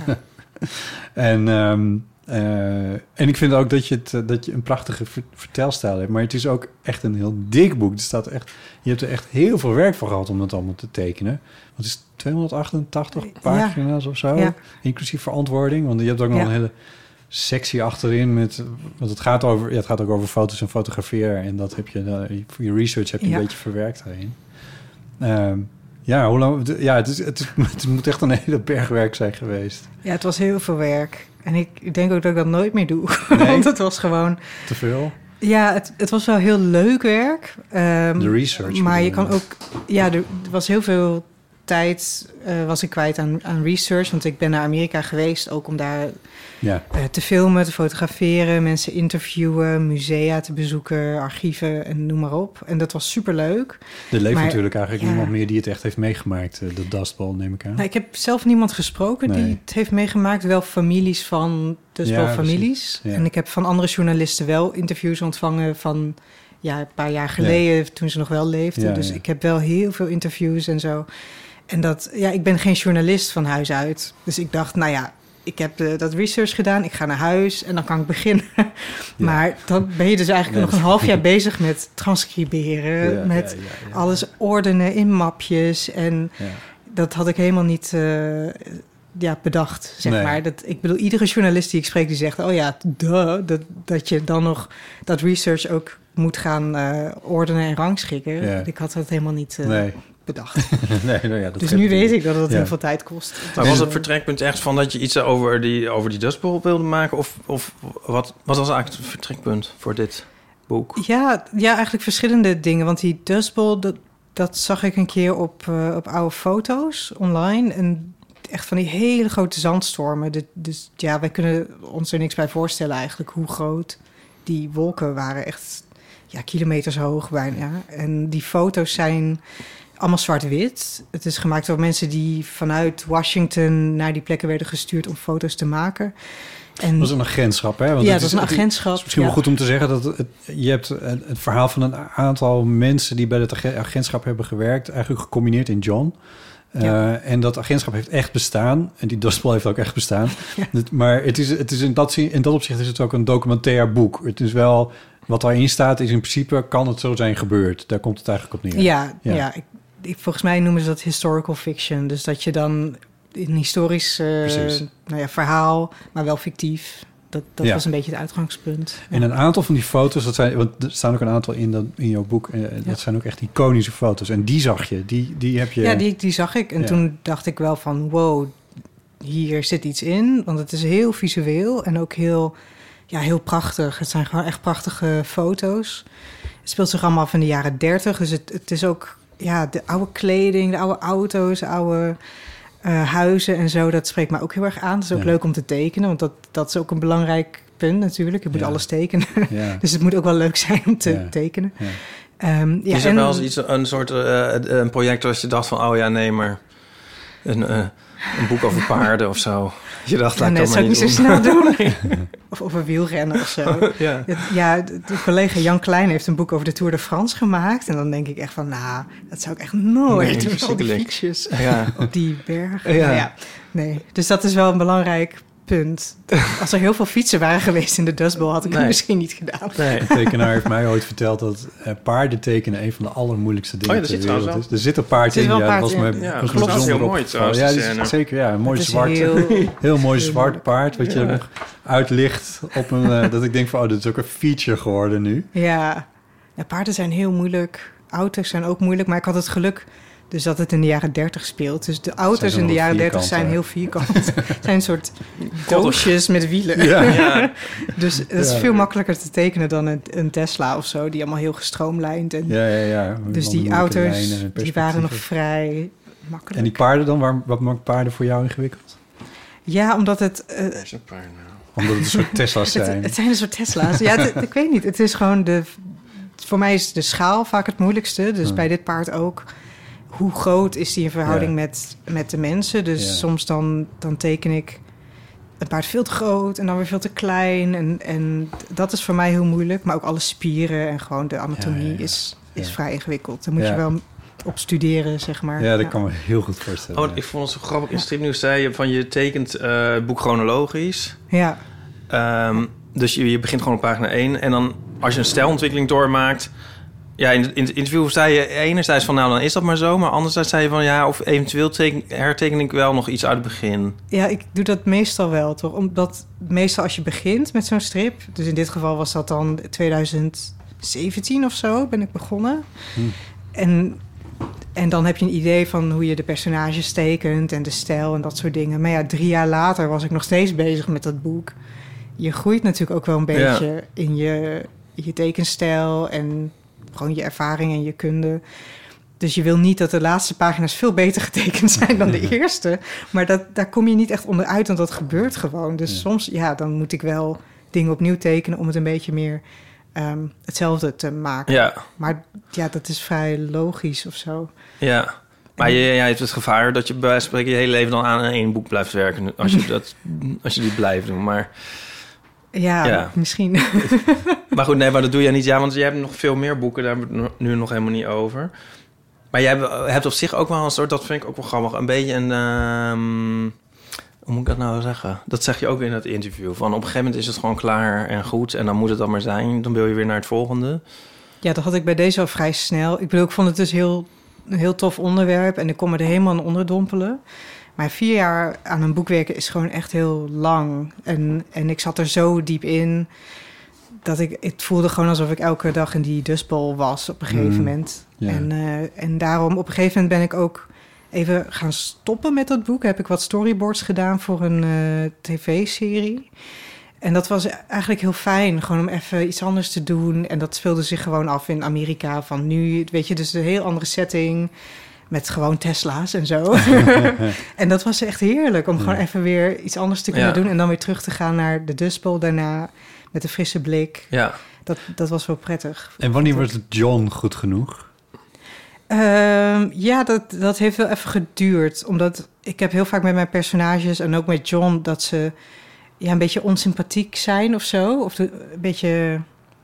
En ik vind ook dat je een prachtige vertelstijl hebt. Maar het is ook echt een heel dik boek. Je hebt er echt heel veel werk voor gehad om het allemaal te tekenen. Want het is 288 pagina's of zo. Ja. Inclusief verantwoording. Want je hebt ook nog een hele sectie achterin. Want het gaat ook over foto's en fotograferen. En dat heb je voor je research heb je een beetje verwerkt daarin. Hoe lang? Ja, het moet echt een hele bergwerk zijn geweest. Ja, het was heel veel werk. En ik denk ook dat ik dat nooit meer doe. Nee? Want het was gewoon... Te veel? Ja, het was wel heel leuk werk. De research. Maar je kan ook... Ja, er was heel veel tijd was ik kwijt aan research. Want ik ben naar Amerika geweest, ook om daar te filmen, te fotograferen, mensen interviewen, musea te bezoeken, archieven en noem maar op. En dat was superleuk. Er leeft natuurlijk eigenlijk niemand meer die het echt heeft meegemaakt, de Dust Bowl, neem ik aan. Nou, ik heb zelf niemand gesproken die het heeft meegemaakt. Wel families van families. Ja. En ik heb van andere journalisten wel interviews ontvangen van een paar jaar geleden, toen ze nog wel leefden. Dus ik heb wel heel veel interviews en zo. En ik ben geen journalist van huis uit. Dus ik dacht, ik heb dat research gedaan, ik ga naar huis en dan kan ik beginnen. Maar dan ben je dus eigenlijk nog een half jaar bezig met transcriberen, alles ordenen in mapjes. En dat had ik helemaal niet bedacht, zeg maar. Ik bedoel, iedere journalist die ik spreek, die zegt, dat je dan nog dat research ook moet gaan ordenen en rangschikken. Ja. Ik had dat helemaal niet bedacht. Dus nu weet ik dat het heel veel tijd kost. Maar was het vertrekpunt echt van dat je iets over die Dust Bowl wilde maken? Of wat was eigenlijk het vertrekpunt voor dit boek? Ja, eigenlijk verschillende dingen. Want die Dust Bowl, dat zag ik een keer op oude foto's online. En echt van die hele grote zandstormen. Dus wij kunnen ons er niks bij voorstellen eigenlijk hoe groot die wolken waren. Echt kilometers hoog bijna. En die foto's zijn allemaal zwart-wit. Het is gemaakt door mensen die vanuit Washington naar die plekken werden gestuurd om foto's te maken. En dat is een agentschap, hè? Want dat is een agentschap. Het is misschien wel goed om te zeggen dat je hebt het verhaal van een aantal mensen die bij het agentschap hebben gewerkt, eigenlijk gecombineerd in John. En dat agentschap heeft echt bestaan. En die Dust Bowl heeft ook echt bestaan. Ja. Maar het is in dat opzicht is het ook een documentair boek. Het is wel, wat daarin staat, is in principe kan het zo zijn gebeurd. Daar komt het eigenlijk op neer. Volgens mij noemen ze dat historical fiction. Dus dat je dan een historisch verhaal, maar wel fictief. Dat was een beetje het uitgangspunt. En een aantal van die foto's, want er staan ook een aantal in jouw boek. Dat zijn ook echt iconische foto's. En die zag je, die heb je. Ja, die zag ik. En toen dacht ik wel van, wow, hier zit iets in. Want het is heel visueel en ook heel prachtig. Het zijn gewoon echt prachtige foto's. Het speelt zich allemaal af in de jaren 30. Dus het is ook de oude kleding, de oude auto's, de oude huizen en zo. Dat spreekt mij ook heel erg aan. Het is ook leuk om te tekenen, want dat is ook een belangrijk punt natuurlijk. Je moet alles tekenen. Ja. Dus het moet ook wel leuk zijn om te tekenen. Ja. Is er wel eens een soort een project als je dacht van, maar een boek over paarden of zo? Je dacht, dat zou ik niet zo snel doen. Of over wielrennen of zo. De collega Jan Klein heeft een boek over de Tour de France gemaakt. En dan denk ik echt van, dat zou ik echt nooit doen. Al die fietsjes op die berg. Nee, dus dat is wel een belangrijk punt. Als er heel veel fietsen waren geweest in de Dust Bowl, had ik het misschien niet gedaan. Nee, een tekenaar heeft mij ooit verteld dat paarden tekenen een van de allermoeilijkste dingen ter wereld is. Er zit een paard in. Dat was heel mooi trouwens. Zeker, een mooi zwart, heel mooi zwart paard, wat je nog uitlicht op een, dat ik denk van, dit is ook een feature geworden nu. Ja, paarden zijn heel moeilijk. Auto's zijn ook moeilijk, maar ik had het geluk dus dat het in de jaren 30 speelt. Dus de auto's in de jaren 30 zijn heel vierkant. Het zijn een soort doosjes met wielen. Ja. Dus het is veel makkelijker te tekenen dan een Tesla of zo, die allemaal heel gestroomlijnd. En dus die auto's, die waren nog vrij makkelijk. En die paarden dan? Wat maakt paarden voor jou ingewikkeld? Ja, omdat het omdat het een soort Tesla's zijn. Het zijn een soort Tesla's. Ik weet niet. Het is gewoon voor mij is de schaal vaak het moeilijkste. Dus bij dit paard ook. Hoe groot is die in verhouding met de mensen? Dus soms dan teken ik een paard veel te groot en dan weer veel te klein. En dat is voor mij heel moeilijk. Maar ook alle spieren en gewoon de anatomie is vrij ingewikkeld. Daar moet je wel op studeren, zeg maar. Ja, dat kan me heel goed voorstellen. Ik vond het zo grappig. In Stripnieuws zei je van je tekent boek chronologisch. Ja. Dus je begint gewoon op pagina 1. En dan als je een stijlontwikkeling doormaakt. Ja, in het interview zei je enerzijds van, dan is dat maar zo. Maar anderzijds zei je van, of eventueel herteken ik wel nog iets uit het begin. Ja, ik doe dat meestal wel, toch? Omdat meestal als je begint met zo'n strip. Dus in dit geval was dat dan 2017 of zo, ben ik begonnen. En dan heb je een idee van hoe je de personages tekent en de stijl en dat soort dingen. Maar 3 jaar later was ik nog steeds bezig met dat boek. Je groeit natuurlijk ook wel een beetje in je tekenstijl en gewoon je ervaring en je kunde. Dus je wil niet dat de laatste pagina's veel beter getekend zijn dan de eerste. Maar daar kom je niet echt onderuit, want dat gebeurt gewoon. Dus soms, dan moet ik wel dingen opnieuw tekenen om het een beetje meer hetzelfde te maken. Ja. Maar dat is vrij logisch of zo. Ja, maar jij hebt het gevaar dat je bij wijze van spreken je hele leven dan aan één boek blijft werken. Als je dit blijft doen, maar... Ja, misschien. Maar goed, maar dat doe jij niet. Ja, want jij hebt nog veel meer boeken. Daar hebben we het nu nog helemaal niet over. Maar jij hebt op zich ook wel een soort... Dat vind ik ook wel grappig. Een beetje een... hoe moet ik dat nou zeggen? Dat zeg je ook in het interview. Van op een gegeven moment is het gewoon klaar en goed. En dan moet het dan maar zijn. Dan wil je weer naar het volgende. Ja, dat had ik bij deze al vrij snel. Ik bedoel, ik vond het dus een heel tof onderwerp. En ik kon me er helemaal in onderdompelen. Maar 4 jaar aan een boek werken is gewoon echt heel lang. En ik zat er zo diep in dat het voelde gewoon alsof ik elke dag in die dustbol was op een gegeven moment. Ja. En daarom op een gegeven moment ben ik ook even gaan stoppen met dat boek. Heb ik wat storyboards gedaan voor een tv-serie. En dat was eigenlijk heel fijn, gewoon om even iets anders te doen. En dat speelde zich gewoon af in Amerika van nu, weet je, dus een heel andere setting met gewoon Tesla's en zo. En dat was echt heerlijk om gewoon even weer iets anders te kunnen doen en dan weer terug te gaan naar de Dust Bowl daarna met een frisse blik. Ja. Dat was wel prettig. En wanneer was het John goed genoeg? Ja, dat heeft wel even geduurd. Omdat ik heb heel vaak met mijn personages en ook met John dat ze een beetje onsympathiek zijn of zo. Of een beetje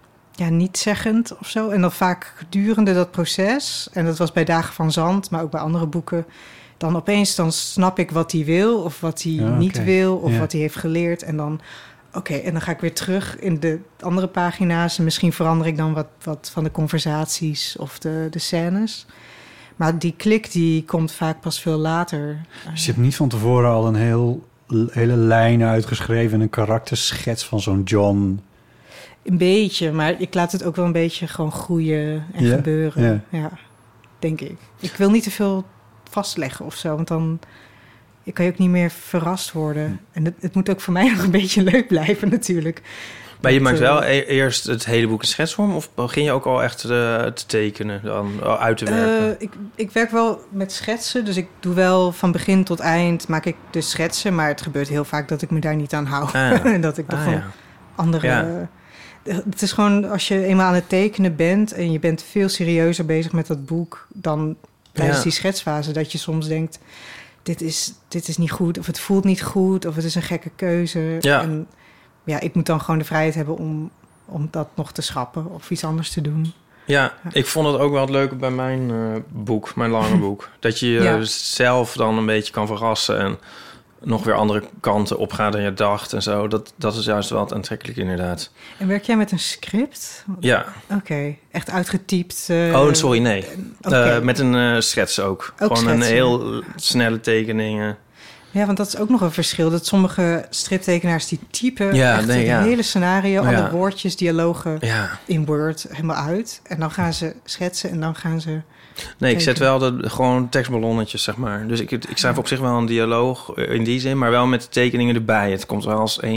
niet-zeggend of zo. En dan vaak gedurende dat proces. En dat was bij Dagen van Zand, maar ook bij andere boeken. Dan opeens dan snap ik wat hij wil of wat hij niet wil. Of wat hij heeft geleerd. En dan en dan ga ik weer terug in de andere pagina's. En misschien verander ik dan wat van de conversaties of de scènes. Maar die klik die komt vaak pas veel later. Dus je hebt niet van tevoren al een hele lijn uitgeschreven... en een karakterschets van zo'n John? Een beetje, maar ik laat het ook wel een beetje gewoon groeien en gebeuren. Ja, denk ik. Ik wil niet te veel vastleggen of zo, want dan kan je ook niet meer verrast worden. En het moet ook voor mij nog een beetje leuk blijven natuurlijk. Maar je maakt wel eerst het hele boek in schetsvorm... of begin je ook al echt te tekenen, dan uit te werken? Ik werk wel met schetsen, dus ik doe wel van begin tot eind... maak ik de schetsen, maar het gebeurt heel vaak dat ik me daar niet aan hou. En dat ik gewoon andere... Ja. Het is gewoon, als je eenmaal aan het tekenen bent... en je bent veel serieuzer bezig met dat boek... dan tijdens die schetsfase dat je soms denkt... dit is niet goed, of het voelt niet goed... of het is een gekke keuze. Ja. En ik moet dan gewoon de vrijheid hebben om dat nog te schrappen... of iets anders te doen. Ja, ik vond het ook wel het leuke bij mijn boek, mijn lange boek. Dat je zelf dan een beetje kan verrassen... en nog weer andere kanten opgaan dan je dacht en zo. Dat is juist wel aantrekkelijk inderdaad. En werk jij met een script? Ja. Oké, echt uitgetypt? Sorry, nee. Met een schets ook. Gewoon schetsen. Een heel snelle tekeningen. Ja, want dat is ook nog een verschil. Dat sommige striptekenaars die typen het hele scenario... alle woordjes, dialogen in Word helemaal uit. En dan gaan ze schetsen en dan gaan ze... Nee, ik zet wel gewoon tekstballonnetjes, zeg maar. Dus ik schrijf op zich wel een dialoog in die zin... maar wel met de tekeningen erbij. Het komt wel als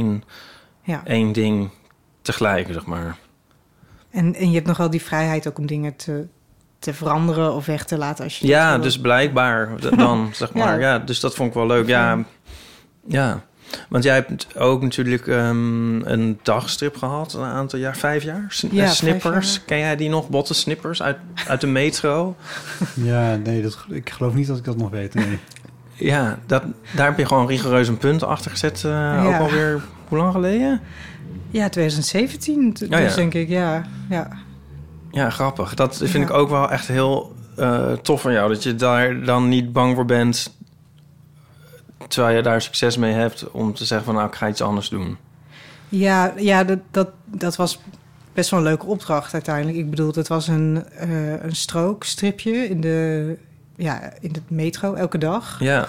één ding tegelijk, zeg maar. En je hebt nog wel die vrijheid ook om dingen te veranderen of weg te laten als je... dus blijkbaar dan, zeg maar. Ja, dus dat vond ik wel leuk. Ja. Want jij hebt ook natuurlijk een dagstrip gehad, een aantal jaar, 5 jaar. Snippers. 5 jaar. Ken jij die nog? Botte Snippers uit de metro? Ja, nee, ik geloof niet dat ik dat nog weet. Nee. Ja, daar heb je gewoon rigoureus een punt achter gezet. Ook alweer, hoe lang geleden? Ja, 2017, denk ik, ja. Ja, grappig. Dat vind ik ook wel echt heel tof van jou. Dat je daar dan niet bang voor bent... terwijl je daar succes mee hebt... om te zeggen van nou, ik ga iets anders doen. Ja, dat was best wel een leuke opdracht uiteindelijk. Ik bedoel, het was een strookstripje in de metro elke dag. Ja.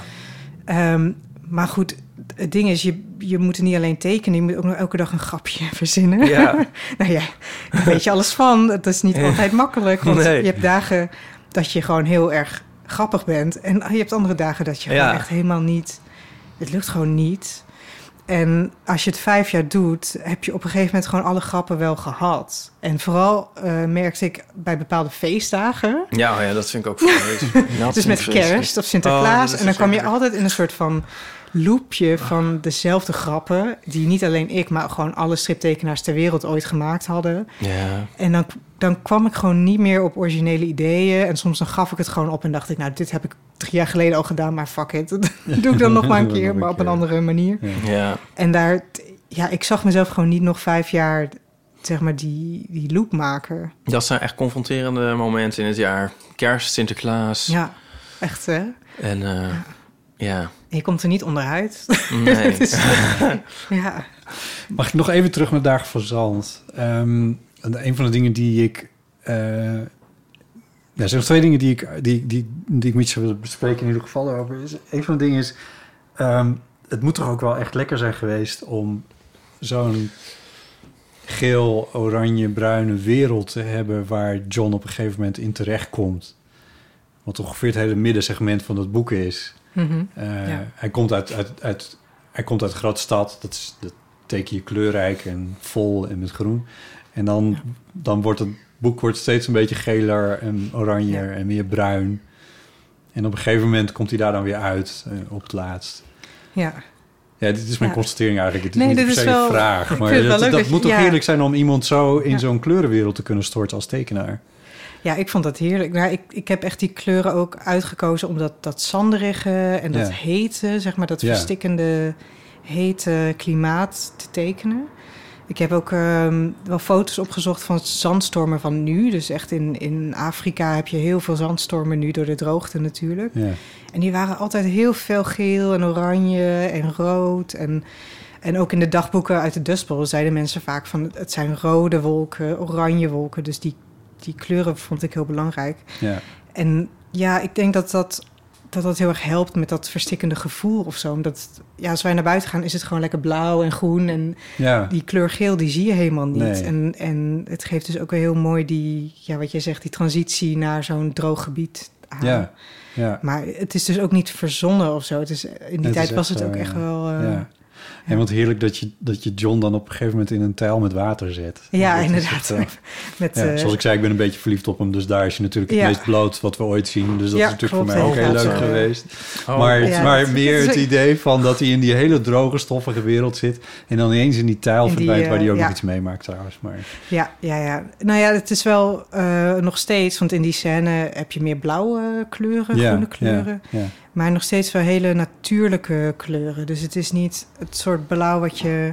Maar goed, het ding is, je moet er niet alleen tekenen... je moet ook nog elke dag een grapje verzinnen. Ja. Nou ja, daar weet je alles van. Het is niet altijd makkelijk, want je hebt dagen dat je gewoon heel erg grappig bent... en je hebt andere dagen dat je gewoon echt helemaal niet... Het lukt gewoon niet. En als je het 5 jaar doet... heb je op een gegeven moment gewoon alle grappen wel gehad. En vooral merkte ik bij bepaalde feestdagen... Ja, dat vind ik ook fijn. Dus met kerst of Sinterklaas. En dan kwam je altijd in een soort van loopje van dezelfde grappen... die niet alleen ik, maar gewoon alle striptekenaars ter wereld ooit gemaakt hadden. Ja. En dan kwam ik gewoon niet meer op originele ideeën. En soms dan gaf ik het gewoon op en dacht ik... nou, dit heb ik 3 jaar geleden al gedaan, maar fuck it. Dat doe ik dan nog maar een keer, maar op een andere manier. Ja. En daar, ik zag mezelf gewoon niet nog 5 jaar... zeg maar die loop maken. Dat zijn echt confronterende momenten in het jaar. Kerst, Sinterklaas. Ja, echt hè? En Ja. En je komt er niet onderuit. Nee. Ja. Mag ik nog even terug naar Dagen van Zand? Een van de dingen die ik... er zijn nog 2 dingen die ik met je zou willen bespreken in ieder geval daarover. Een van de dingen is... het moet toch ook wel echt lekker zijn geweest om zo'n geel, oranje, bruine wereld te hebben waar John op een gegeven moment in terechtkomt. Wat ongeveer het hele middensegment van het boek is. Mm-hmm. Hij komt uit een grote stad. Dat teken je kleurrijk en vol en met groen. En dan wordt het boek steeds een beetje geler en oranger en meer bruin. En op een gegeven moment komt hij daar dan weer uit op het laatst. Ja. Ja, dit is mijn constatering eigenlijk. Het is Nee, niet per dit se is wel- een vraag. ik Maar vind het wel leuk dat dat moet je- toch ja. heerlijk zijn om iemand zo in zo'n kleurenwereld te kunnen storten als tekenaar. Ja, ik vond dat heerlijk. Nou, ik heb echt die kleuren ook uitgekozen omdat dat zanderige en dat hete, zeg maar, dat verstikkende hete klimaat te tekenen. Ik heb ook wel foto's opgezocht van zandstormen van nu. Dus echt in Afrika heb je heel veel zandstormen nu door de droogte natuurlijk. Ja. En die waren altijd heel veel geel en oranje en rood. En ook in de dagboeken uit de Dust Bowl zeiden mensen vaak van... het zijn rode wolken, oranje wolken. Dus die kleuren vond ik heel belangrijk. Ja. En ja, ik denk dat heel erg helpt met dat verstikkende gevoel of zo. Omdat als wij naar buiten gaan is het gewoon lekker blauw en groen. En die kleur geel, die zie je helemaal niet. Nee. En het geeft dus ook weer heel mooi die, wat jij zegt, die transitie naar zo'n droog gebied aan. Ja. Ja. Maar het is dus ook niet verzonnen of zo. Het is, in die tijd was het ook echt wel... En wat heerlijk dat je John dan op een gegeven moment in een tuil met water zet. Ja, dat inderdaad. Zoals ik zei, ik ben een beetje verliefd op hem. Dus daar is je natuurlijk het meest bloot wat we ooit zien. Dus dat is natuurlijk klopt, voor mij ook heel leuk geweest. Maar meer het idee van dat hij in die hele droge, stoffige wereld zit. En dan ineens in die tuil verdwijnt waar hij ook nog iets meemaakt trouwens. Maar... Ja. Nou ja, het is wel nog steeds... Want in die scène heb je meer blauwe kleuren, groene kleuren. Ja. Maar nog steeds wel hele natuurlijke kleuren. Dus het is niet het soort blauw wat je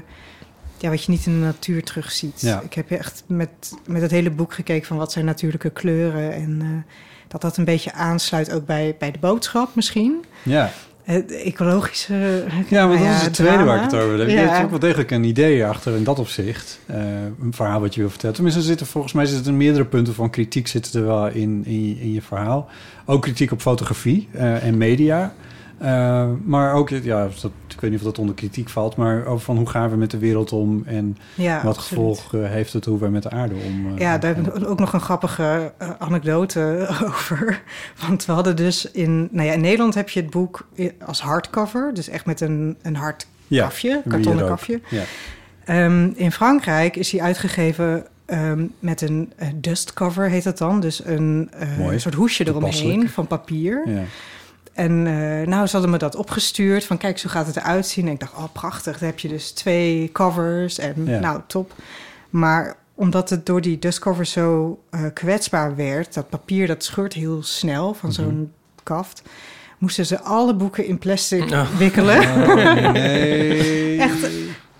niet in de natuur terugziet. Ja. Ik heb echt met het hele boek gekeken van wat zijn natuurlijke kleuren. En dat een beetje aansluit ook bij de boodschap misschien. Ja. Het ecologische Ja, maar dat is het tweede waar ik het over heb. Ja. Je hebt ook wel degelijk een idee achter in dat opzicht. Een verhaal wat je wil vertellen. Tenminste, volgens mij zitten er meerdere punten van kritiek zitten er wel in je verhaal. Ook kritiek op fotografie en media. Maar ook, ik weet niet of dat onder kritiek valt, maar over van hoe gaan we met de wereld om en wat gevolg heeft het hoe wij met de aarde om. Daar heb ik ook nog een grappige anekdote over. Want we hadden dus in Nederland heb je het boek als hardcover, dus echt met een hard kafje, kartonnen kafje. Ja. In Frankrijk is hij uitgegeven met een dustcover, heet dat dan. Dus een soort hoesje eromheen van papier. Ja. En ze hadden me dat opgestuurd. Van kijk, zo gaat het eruit zien. En ik dacht, prachtig. Dan heb je dus 2 covers. En top. Maar omdat het door die dustcover zo kwetsbaar werd... dat papier, dat scheurt heel snel van zo'n kaft... moesten ze alle boeken in plastic wikkelen. Oh, nee. Echt.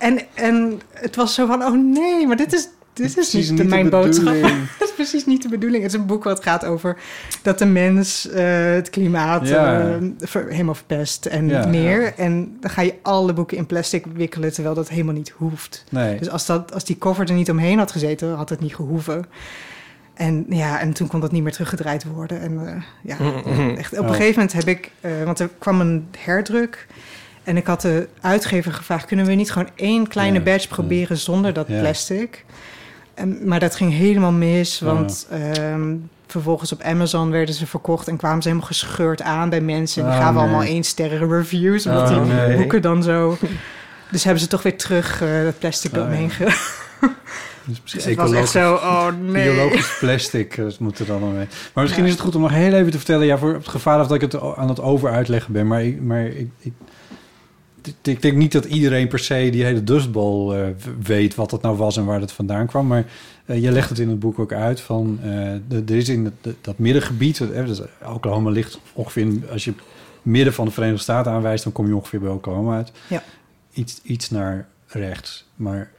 En het was zo van, oh nee, maar dit is niet mijn boodschap. Dat is precies niet de bedoeling. Het is een boek wat gaat over dat de mens het klimaat helemaal verpest en meer. Ja. En dan ga je alle boeken in plastic wikkelen, terwijl dat helemaal niet hoeft. Nee. Dus als die cover er niet omheen had gezeten, had het niet gehoeven. En toen kon dat niet meer teruggedraaid worden. En echt, op een gegeven moment heb ik... want er kwam een herdruk... En ik had de uitgever gevraagd... kunnen we niet gewoon 1 kleine badge proberen zonder dat plastic? Maar dat ging helemaal mis, want vervolgens op Amazon werden ze verkocht... en kwamen ze helemaal gescheurd aan bij mensen. En die gaven allemaal 1-sterren reviews, omdat die boeken dan zo... Dus hebben ze toch weer terug dat plastic eromheen Dus het was echt zo, biologisch plastic moet er dan nog mee. Maar misschien is het goed om nog heel even te vertellen... voor het gevaar dat ik het aan het overuitleggen ben... maar ik denk niet dat iedereen per se die hele Dust Bowl weet wat het nou was en waar het vandaan kwam. Maar je legt het in het boek ook uit van... er is in dat middengebied... dus Oklahoma ligt ongeveer... als je midden van de Verenigde Staten aanwijst... dan kom je ongeveer bij Oklahoma uit. Ja. Iets naar rechts. Maar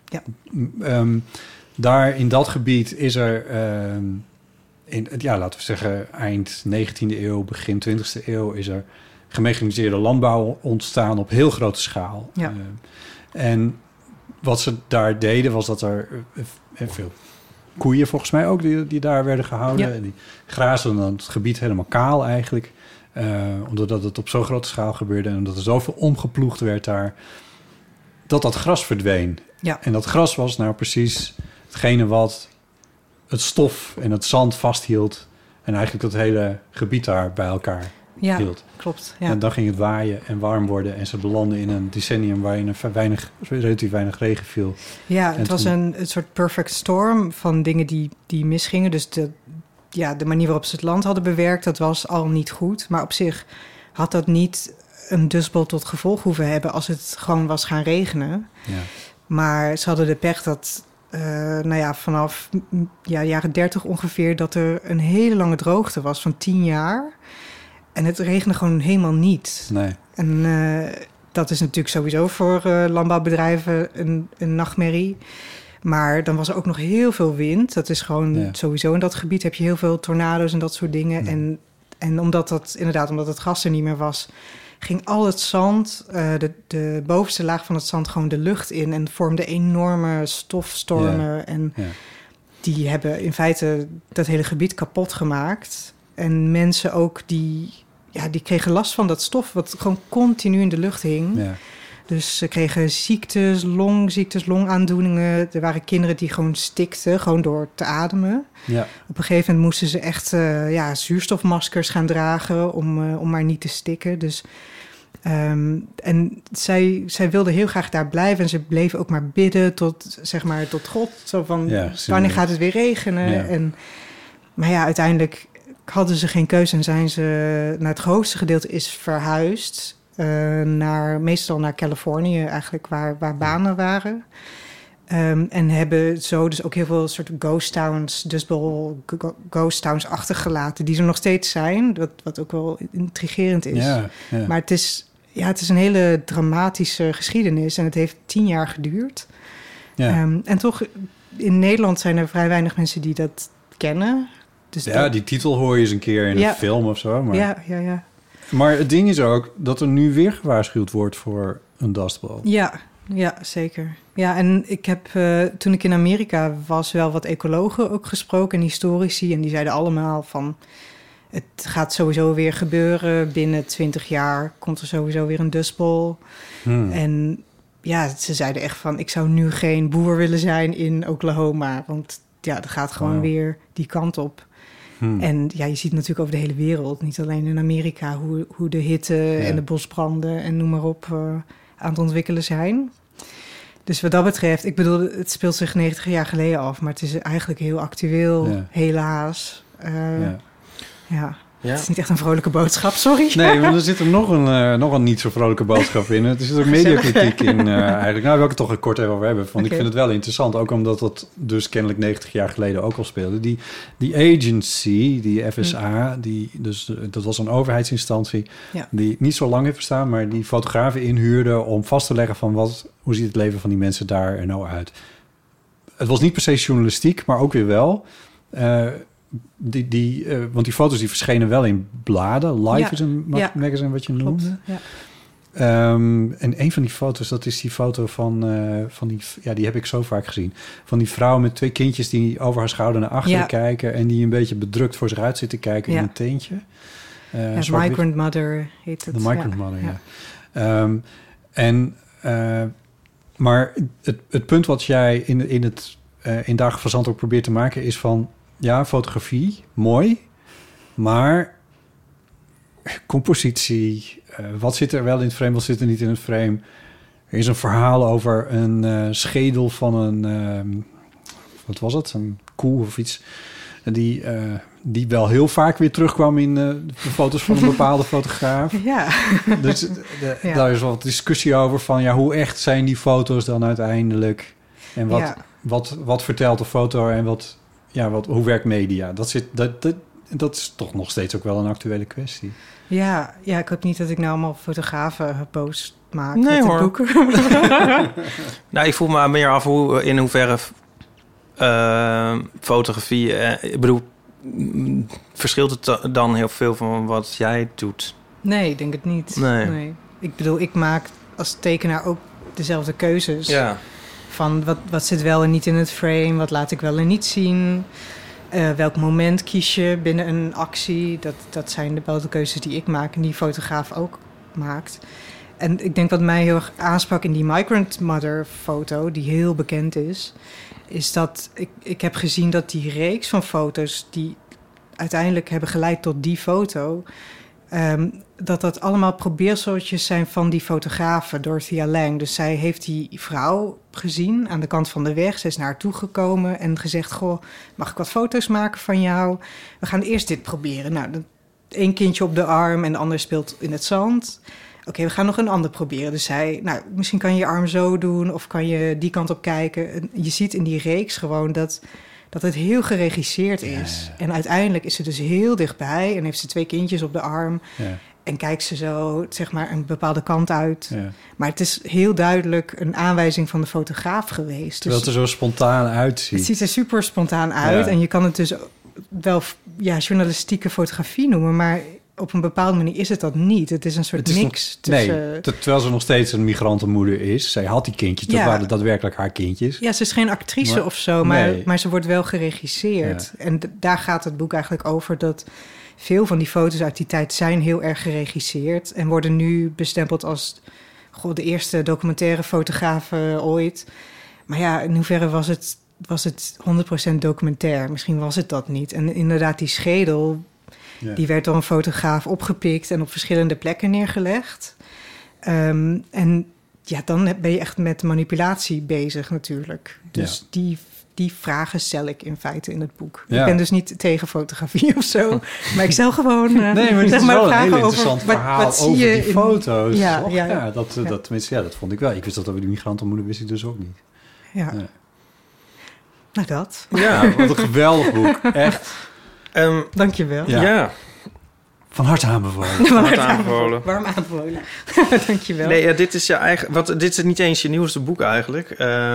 daar in dat gebied is er... laten we zeggen eind 19e eeuw, begin 20e eeuw... is er gemechaniseerde landbouw ontstaan op heel grote schaal. Ja. En wat ze daar deden was dat er veel koeien volgens mij ook die daar werden gehouden. Ja. En die grazen dan het gebied helemaal kaal eigenlijk. Omdat het op zo'n grote schaal gebeurde en omdat er zoveel omgeploegd werd daar, dat gras verdween. Ja. En dat gras was nou precies hetgene wat het stof en het zand vasthield en eigenlijk dat hele gebied daar bij elkaar hield. Klopt. Ja. En dan ging het waaien en warm worden en ze belanden in een decennium waarin er relatief weinig regen viel. Ja, en het was een soort perfect storm van dingen die misgingen. Dus de manier waarop ze het land hadden bewerkt, dat was al niet goed. Maar op zich had dat niet een Dust Bowl tot gevolg hoeven hebben als het gewoon was gaan regenen. Ja. Maar ze hadden de pech dat vanaf jaren 30 ongeveer, dat er een hele lange droogte was van 10 jaar. En het regende gewoon helemaal niet. Nee. En dat is natuurlijk sowieso voor landbouwbedrijven een nachtmerrie. Maar dan was er ook nog heel veel wind. Dat is gewoon sowieso in dat gebied heb je heel veel tornado's en dat soort dingen. Ja. En omdat het gras er niet meer was, ging al het zand, de bovenste laag van het zand, gewoon de lucht in en vormde enorme stofstormen. Ja. En die hebben in feite dat hele gebied kapot gemaakt. En mensen ook die kregen last van dat stof, wat gewoon continu in de lucht hing. Ja. Dus ze kregen ziektes, longaandoeningen. Er waren kinderen die gewoon stikten, gewoon door te ademen. Ja. Op een gegeven moment moesten ze echt zuurstofmaskers gaan dragen om maar niet te stikken. Dus, en zij wilden heel graag daar blijven. En ze bleven ook maar bidden tot God. Zo van, wanneer gaat het weer regenen? Ja. Maar uiteindelijk hadden ze geen keuze en zijn ze naar het grootste gedeelte is verhuisd. Meestal naar Californië eigenlijk, waar banen waren. En hebben zo dus ook heel veel soort ghost towns, Dust Bowl ghost towns achtergelaten, die er nog steeds zijn, wat ook wel intrigerend is. Ja, ja. Maar het is een hele dramatische geschiedenis en het heeft 10 jaar geduurd. Ja. En toch, in Nederland zijn er vrij weinig mensen die dat kennen. Dus die titel hoor je eens een keer in een film of zo. Maar... Ja. Maar het ding is ook dat er nu weer gewaarschuwd wordt voor een Dust Bowl. Ja, zeker. Ja, en ik heb toen ik in Amerika was wel wat ecologen ook gesproken en historici. En die zeiden allemaal van, het gaat sowieso weer gebeuren. Binnen 20 jaar komt er sowieso weer een Dust Bowl. En ze zeiden echt van, ik zou nu geen boer willen zijn in Oklahoma. Want dat gaat gewoon weer die kant op. En je ziet natuurlijk over de hele wereld, niet alleen in Amerika, hoe de hitte en de bosbranden en noem maar op aan het ontwikkelen zijn. Dus wat dat betreft, ik bedoel, het speelt zich 90 jaar geleden af, maar het is eigenlijk heel actueel, helaas. Het is niet echt een vrolijke boodschap, sorry. Nee, want er zit er nog een niet zo vrolijke boodschap in. Er zit ook mediakritiek in eigenlijk. Nou, wil ik het toch kort even over hebben. Want ik vind het wel interessant, ook omdat dat dus kennelijk 90 jaar geleden ook al speelde. Die agency, die FSA, dat was een overheidsinstantie die niet zo lang heeft bestaan, maar die fotografen inhuurde om vast te leggen van hoe ziet het leven van die mensen daar er nou uit. Het was niet per se journalistiek, maar ook weer wel. Want die foto's die verschenen wel in bladen. Live is een magazine wat je noemt. Ja. En een van die foto's, dat is die foto van die... Ja, die heb ik zo vaak gezien. Van die vrouw met 2 kindjes die over haar schouder naar achteren kijken en die een beetje bedrukt voor zich uit zit te kijken in een tentje. Migrant Mother heet het. De Migrant Mother, maar het punt wat jij in Dagen van Zand ook probeert te maken is van... Ja, fotografie, mooi. Maar compositie, wat zit er wel in het frame, wat zit er niet in het frame? Er is een verhaal over een schedel van een... wat was het? Een koe of iets. Die wel heel vaak weer terugkwam in de foto's van een bepaalde fotograaf. Ja. Dus daar is wat discussie over van... Ja, hoe echt zijn die foto's dan uiteindelijk? En wat vertelt de foto en wat... Ja, hoe werkt media? Dat is toch nog steeds ook wel een actuele kwestie. Ja, ik hoop niet dat ik nou allemaal fotografen post maak. Nee, met hoor. De boeken. Nou, ik voel me meer af in hoeverre fotografie... ik bedoel, verschilt het dan heel veel van wat jij doet? Nee, ik denk het niet. Nee. Ik bedoel, ik maak als tekenaar ook dezelfde keuzes. Ja. Van wat zit wel en niet in het frame, wat laat ik wel en niet zien. Welk moment kies je binnen een actie. Dat zijn wel de keuzes die ik maak en die fotograaf ook maakt. En ik denk wat mij heel erg aansprak in die Migrant Mother foto, die heel bekend is dat ik heb gezien dat die reeks van foto's die uiteindelijk hebben geleid tot die foto, dat allemaal probeerseltjes zijn van die fotografe, Dorothea Lange. Dus zij heeft die vrouw gezien aan de kant van de weg. Ze is naar haar toegekomen en gezegd, goh, mag ik wat foto's maken van jou? We gaan eerst dit proberen. Nou, één kindje op de arm en de ander speelt in het zand. Oké, we gaan nog een ander proberen. Dus zij, nou, misschien kan je je arm zo doen of kan je die kant op kijken. En je ziet in die reeks gewoon dat het heel geregisseerd is. Ja. En uiteindelijk is ze dus heel dichtbij en heeft ze 2 kindjes op de arm. Ja. En kijkt ze zo, zeg maar, een bepaalde kant uit. Ja. Maar het is heel duidelijk een aanwijzing van de fotograaf geweest. Terwijl het er zo spontaan uitziet. Het ziet er super spontaan uit. Ja. En je kan het dus wel journalistieke fotografie noemen, maar op een bepaalde manier is het dat niet. Het is een soort mix tussen... terwijl ze nog steeds een migrantenmoeder is. Zij had die kindjes, dat waren daadwerkelijk haar kindjes. Ja, ze is geen actrice of zo, maar ze wordt wel geregisseerd. Ja. En daar gaat het boek eigenlijk over, dat veel van die foto's uit die tijd zijn heel erg geregisseerd en worden nu bestempeld als de eerste documentaire fotografen ooit. Maar ja, in hoeverre was het 100% documentair? Misschien was het dat niet. En inderdaad, die schedel, die werd door een fotograaf opgepikt en op verschillende plekken neergelegd. En ja, dan ben je echt met manipulatie bezig natuurlijk. Dus die vragen stel ik in feite in het boek. Ja. Ik ben dus niet tegen fotografie of zo, maar ik stel gewoon nee, maar het is wel een heel interessant verhaal wat over zie je die foto's. Dat vond ik wel. Ik wist dat over die migrantenmoeder wist ik dus ook niet. Ja. Nou, dat. Ja, wat een geweldig boek. Echt. Dank je wel. Ja. Van harte aanbevolen. Warm aanbevolen. Dank je wel. Nee, dit is je eigen... dit is niet eens je nieuwste boek eigenlijk.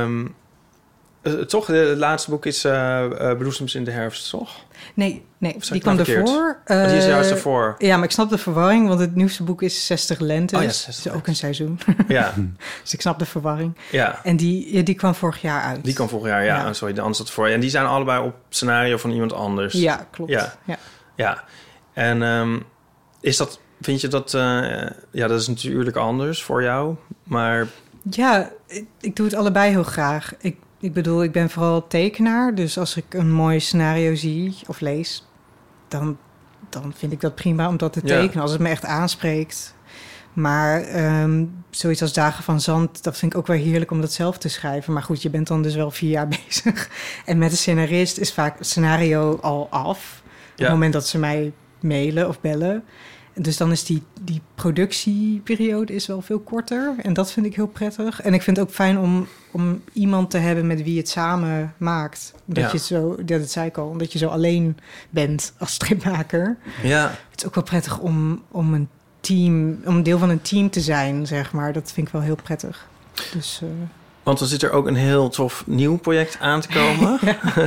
Toch? Het laatste boek is Bloesems in de herfst, toch? Nee, die kwam ervoor. Die is juist ervoor. Ja, maar ik snap de verwarring, want het nieuwste boek is 60 lentes. Oh ja, 60 dat is ook een seizoen. Ja. Dus ik snap de verwarring. Ja. En die kwam vorig jaar uit. Die kwam vorig jaar, ja. Sorry, de anders dat voor. En die zijn allebei op scenario van iemand anders. Ja, klopt. Ja. En vind je dat... dat is natuurlijk anders voor jou, maar... Ja, ik doe het allebei heel graag. Ik bedoel, ik ben vooral tekenaar. Dus als ik een mooi scenario zie of lees, dan vind ik dat prima om dat te tekenen. Als het me echt aanspreekt. Maar zoiets als Dagen van Zand, dat vind ik ook wel heerlijk om dat zelf te schrijven. Maar goed, je bent dan dus wel 4 jaar bezig. En met een scenarist is vaak het scenario al af. Op het moment dat ze mij mailen of bellen. Dus dan is die productieperiode is wel veel korter. En dat vind ik heel prettig. En ik vind het ook fijn om iemand te hebben met wie het samen maakt. Dat het zei ik al, omdat je zo alleen bent als stripmaker. Ja. Het is ook wel prettig om een deel van een team te zijn, zeg maar. Dat vind ik wel heel prettig. Dus... Want dan zit er ook een heel tof nieuw project aan te komen.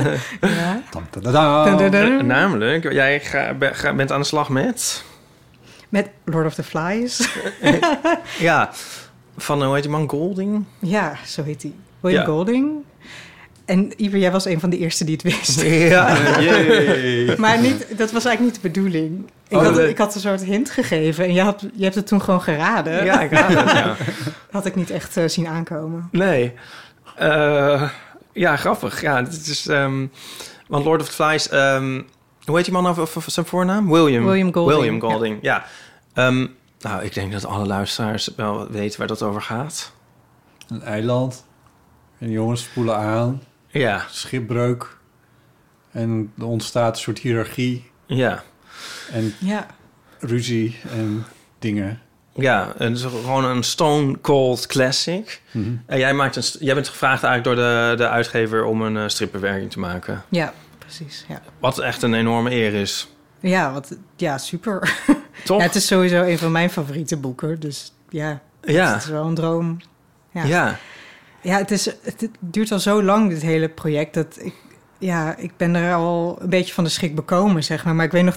Namelijk, jij bent aan de slag met... Met Lord of the Flies. Ja, van, hoe heet die man? Golding? Ja, zo heet hij. William Golding. En Iver, jij was een van de eerste die het wist. Ja, maar dat was eigenlijk niet de bedoeling. Ik had een soort hint gegeven en je hebt het toen gewoon geraden. Ja, ik raad het, ja. Had ik niet echt zien aankomen. Nee. Ja, grappig. Ja, dit is... want Lord of the Flies... hoe heet die man nou zijn voornaam? William Golding. Ja. Nou, ik denk dat alle luisteraars wel weten waar dat over gaat. Een eiland. En jongens spoelen aan. Ja. Schipbreuk. En er ontstaat een soort hiërarchie. Ja. En ruzie en dingen. Ja, en het is gewoon een stone cold classic. Mm-hmm. En jij bent gevraagd eigenlijk door de uitgever om een stripbewerking te maken. Ja, precies. Ja. Wat echt een enorme eer is. Ja, super. Toch? Ja, het is sowieso een van mijn favoriete boeken. Dus het is wel een droom. Ja, het duurt al zo lang, dit hele project, dat ik ben er al een beetje van de schrik bekomen, zeg maar. Maar ik weet nog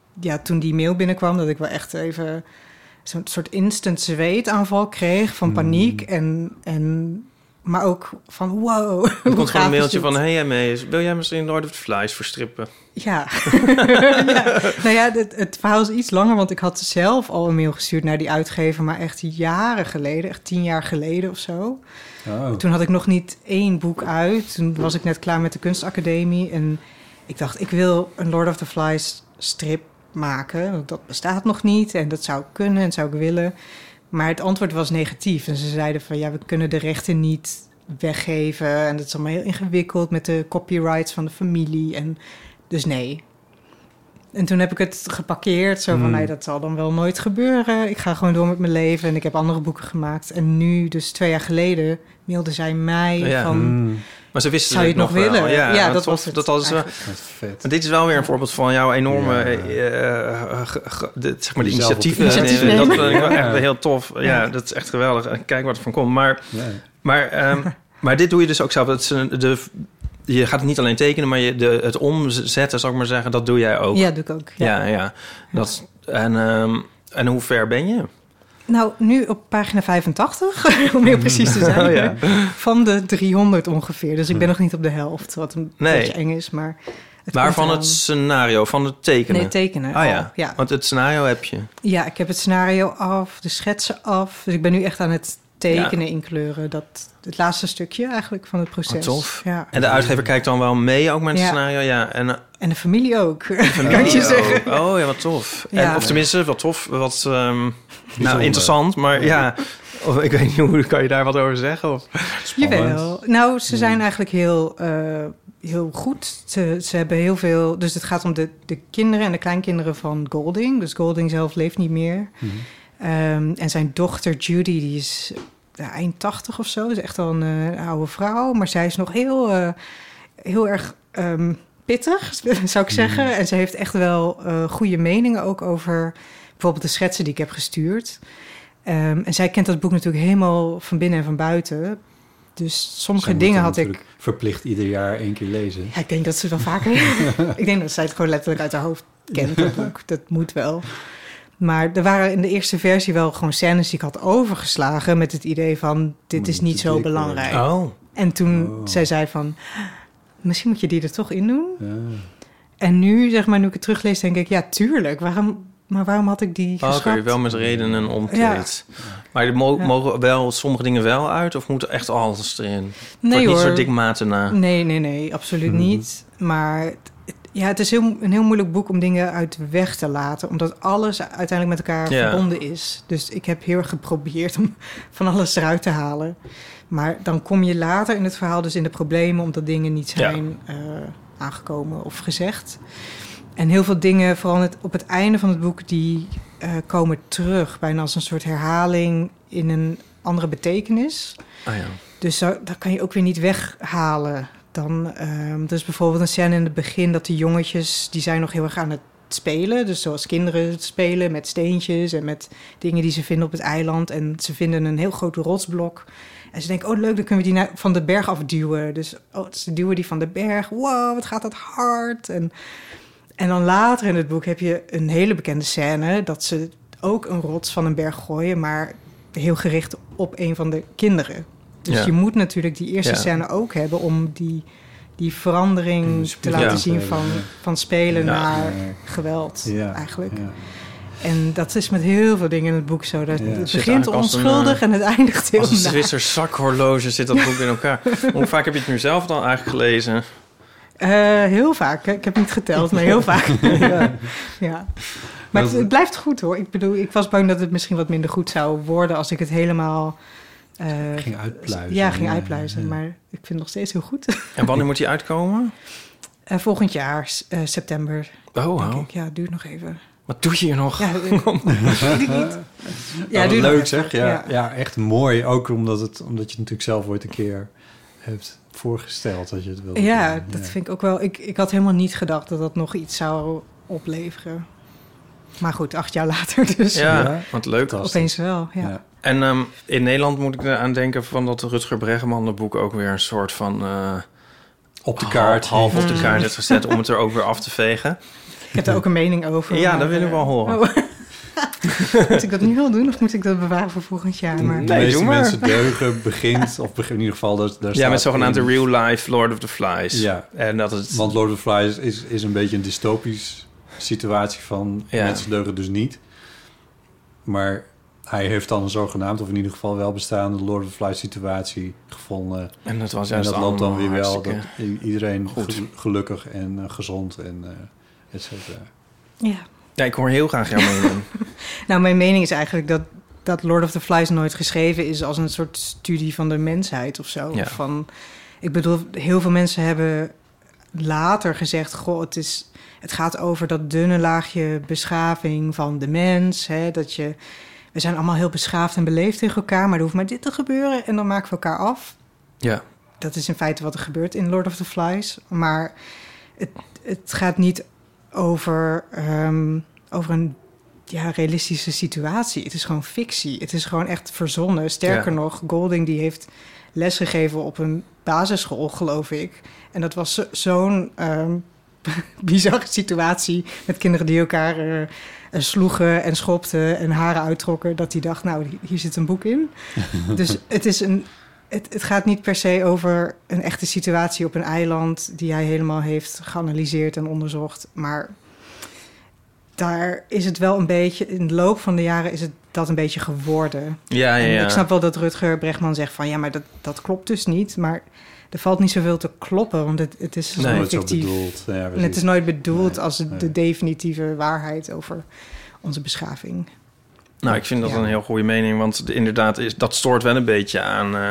toen die mail binnenkwam, dat ik wel echt even zo'n soort instant zweetaanval kreeg van paniek. Maar ook van wow. Er komt gewoon een mailtje van... Hey Mees, wil jij misschien Lord of the Flies verstrippen? Ja. Nou ja, het verhaal is iets langer... want ik had zelf al een mail gestuurd naar die uitgever... maar echt jaren geleden, echt 10 jaar geleden of zo. Oh. Toen had ik nog niet 1 boek uit. Toen was ik net klaar met de kunstacademie... en ik dacht, ik wil een Lord of the Flies strip maken. Want dat bestaat nog niet en dat zou kunnen en zou ik willen... Maar het antwoord was negatief. En ze zeiden van, we kunnen de rechten niet weggeven. En dat is allemaal heel ingewikkeld met de copyrights van de familie. En dus nee. En toen heb ik het geparkeerd. Zo van, nee, dat zal dan wel nooit gebeuren. Ik ga gewoon door met mijn leven. En ik heb andere boeken gemaakt. En nu, dus 2 jaar geleden, mailden zij mij van... Maar ze wisten zou je het nog willen? Wel. Ja, dat was het. Dat was wel. Vet. Dit is wel weer een voorbeeld van jouw enorme zeg maar de initiatieven. Dat vind ik wel echt heel tof. Ja, dat is echt geweldig. Kijk wat er van komt. Maar dit doe je dus ook zelf. Je gaat het niet alleen tekenen, maar het omzetten, zal ik maar zeggen, dat doe jij ook. Ja, doe ik ook. Ja. En hoe ver ben je? Nou, nu op pagina 85, om heel precies te zijn. Van de 300 ongeveer. Dus ik ben nog niet op de helft, wat een beetje eng is. Maar van het scenario, van het tekenen? Nee, tekenen. Ja. Want het scenario heb je? Ja, ik heb het scenario af, de schetsen af. Dus ik ben nu echt aan het tekenen in kleuren. Het laatste stukje eigenlijk van het proces. Tof. Ja. En de uitgever kijkt dan wel mee ook met het scenario? Ja. En de familie ook, kan je zeggen. Oh ja, wat tof. Ja. Of tenminste, wat tof. Wat interessant, maar ja... Of, ik weet niet, hoe kan je daar wat over zeggen? Of? Jawel. Nou, ze zijn eigenlijk heel goed. Ze hebben heel veel... Dus het gaat om de kinderen en de kleinkinderen van Golding. Dus Golding zelf leeft niet meer. En zijn dochter Judy, die is eind 80 of zo. Is echt al een oude vrouw. Maar zij is nog heel erg pittig, zou ik zeggen. En ze heeft echt wel goede meningen ook over... bijvoorbeeld de schetsen die ik heb gestuurd. En zij kent dat boek natuurlijk helemaal van binnen en van buiten. Dus sommige dingen had ik... verplicht ieder jaar 1 keer lezen. Ja, ik denk dat ze het wel vaker... ik denk dat zij het gewoon letterlijk uit haar hoofd kent, dat boek. Dat moet wel. Maar er waren in de eerste versie wel gewoon scènes die ik had overgeslagen... met het idee van, dit is niet zo belangrijk. Oh. En toen zei van... misschien moet je die er toch in doen. Ja. En nu, zeg maar, nu ik het teruglees, denk ik... ja, tuurlijk, waarom had ik die geschrapt? Oké, wel met redenen omkleed. Ja. Maar er mogen wel sommige dingen wel uit... of moet echt alles erin? Nee, niet zo dik maten na? Nee, absoluut niet. Maar het is een heel moeilijk boek om dingen uit weg te laten... omdat alles uiteindelijk met elkaar verbonden is. Dus ik heb heel erg geprobeerd om van alles eruit te halen. Maar dan kom je later in het verhaal dus in de problemen... omdat dingen niet zijn aangekomen of gezegd... En heel veel dingen, vooral op het einde van het boek... die komen terug, bijna als een soort herhaling... in een andere betekenis. Ah, ja. Dus dat kan je ook weer niet weghalen. Dan, dus bijvoorbeeld een scène in het begin... dat de jongetjes, die zijn nog heel erg aan het spelen. Dus zoals kinderen spelen met steentjes... en met dingen die ze vinden op het eiland. En ze vinden een heel groot rotsblok... En ze denken, oh leuk, dan kunnen we die van de berg afduwen. Dus ze duwen die van de berg. Wow, wat gaat dat hard. En dan later in het boek heb je een hele bekende scène... dat ze ook een rots van een berg gooien... maar heel gericht op een van de kinderen. Dus je moet natuurlijk die eerste scène ook hebben... om die verandering te laten zien van spelen naar geweld eigenlijk. Ja. En dat is met heel veel dingen in het boek zo. Dat het begint onschuldig en het eindigt heel als een Zwitsers zakhorloge zit dat boek in elkaar. Hoe vaak heb je het nu zelf dan eigenlijk gelezen? Heel vaak. Ik heb niet geteld, maar heel vaak. Ja. Maar het blijft goed hoor. Ik bedoel, ik was bang dat het misschien wat minder goed zou worden... als ik het helemaal... ging uitpluizen. Ja, ging uitpluizen. Maar ik vind het nog steeds heel goed. En wanneer moet die uitkomen? Volgend jaar, september. Oh, denk ik. Ja, het duurt nog even. Wat doe je hier nog? Ja, weet ik niet. Ja, leuk zeg. Ja, echt mooi. Ook omdat je het natuurlijk zelf ooit een keer hebt voorgesteld dat je het wilde doen. Dat vind ik ook wel. Ik had helemaal niet gedacht dat dat nog iets zou opleveren. Maar goed, 8 jaar later dus. Ja, wat leuk. Opeens wel, ja. En in Nederland moet ik aan denken van dat Rutger Bregman het boek ook weer een soort van... op de kaart. Half op de kaart heeft gezet om het er ook weer af te vegen. Ik heb er ook een mening over. Ja, dat wil ik wel horen. Oh. Moet ik dat nu al doen of moet ik dat bewaren voor volgend jaar? Maar... De meeste mensen deugen begint, of in ieder geval... Daar ja, met zogenaamde real life Lord of the Flies. Ja, en dat het... want Lord of the Flies is een beetje een dystopisch situatie van... mensen deugen dus niet. Maar hij heeft dan een zogenaamd, of in ieder geval wel bestaande Lord of the Flies situatie gevonden. En dat was juist loopt dan weer wel dat iedereen gelukkig en gezond en et cetera. Ja. Ja, ik hoor heel graag jouw mening. Nou, mijn mening is eigenlijk dat Lord of the Flies nooit geschreven is als een soort studie van de mensheid of zo. Ja. Ik bedoel, heel veel mensen hebben later gezegd... goh, het gaat over dat dunne laagje beschaving van de mens. Hè, we zijn allemaal heel beschaafd en beleefd tegen elkaar... maar er hoeft maar dit te gebeuren en dan maken we elkaar af. Ja. Dat is in feite wat er gebeurt in Lord of the Flies. Maar het gaat niet over een realistische situatie. Het is gewoon fictie. Het is gewoon echt verzonnen. Sterker nog, Golding die heeft lesgegeven op een basisschool, geloof ik. En dat was zo'n bizarre situatie met kinderen die elkaar sloegen en schopten en haren uittrokken, dat hij dacht, nou, hier zit een boek in. Dus het gaat niet per se over een echte situatie op een eiland die hij helemaal heeft geanalyseerd en onderzocht, maar daar is het wel een beetje, in de loop van de jaren is het dat een beetje geworden. Ja. En ik snap wel dat Rutger Bregman zegt van, ja, maar dat klopt dus niet, maar er valt niet zoveel te kloppen, want het is zo fictief. En het is nooit bedoeld als de definitieve waarheid over onze beschaving. Nou, ik vind dat een heel goede mening, want inderdaad, dat stoort wel een beetje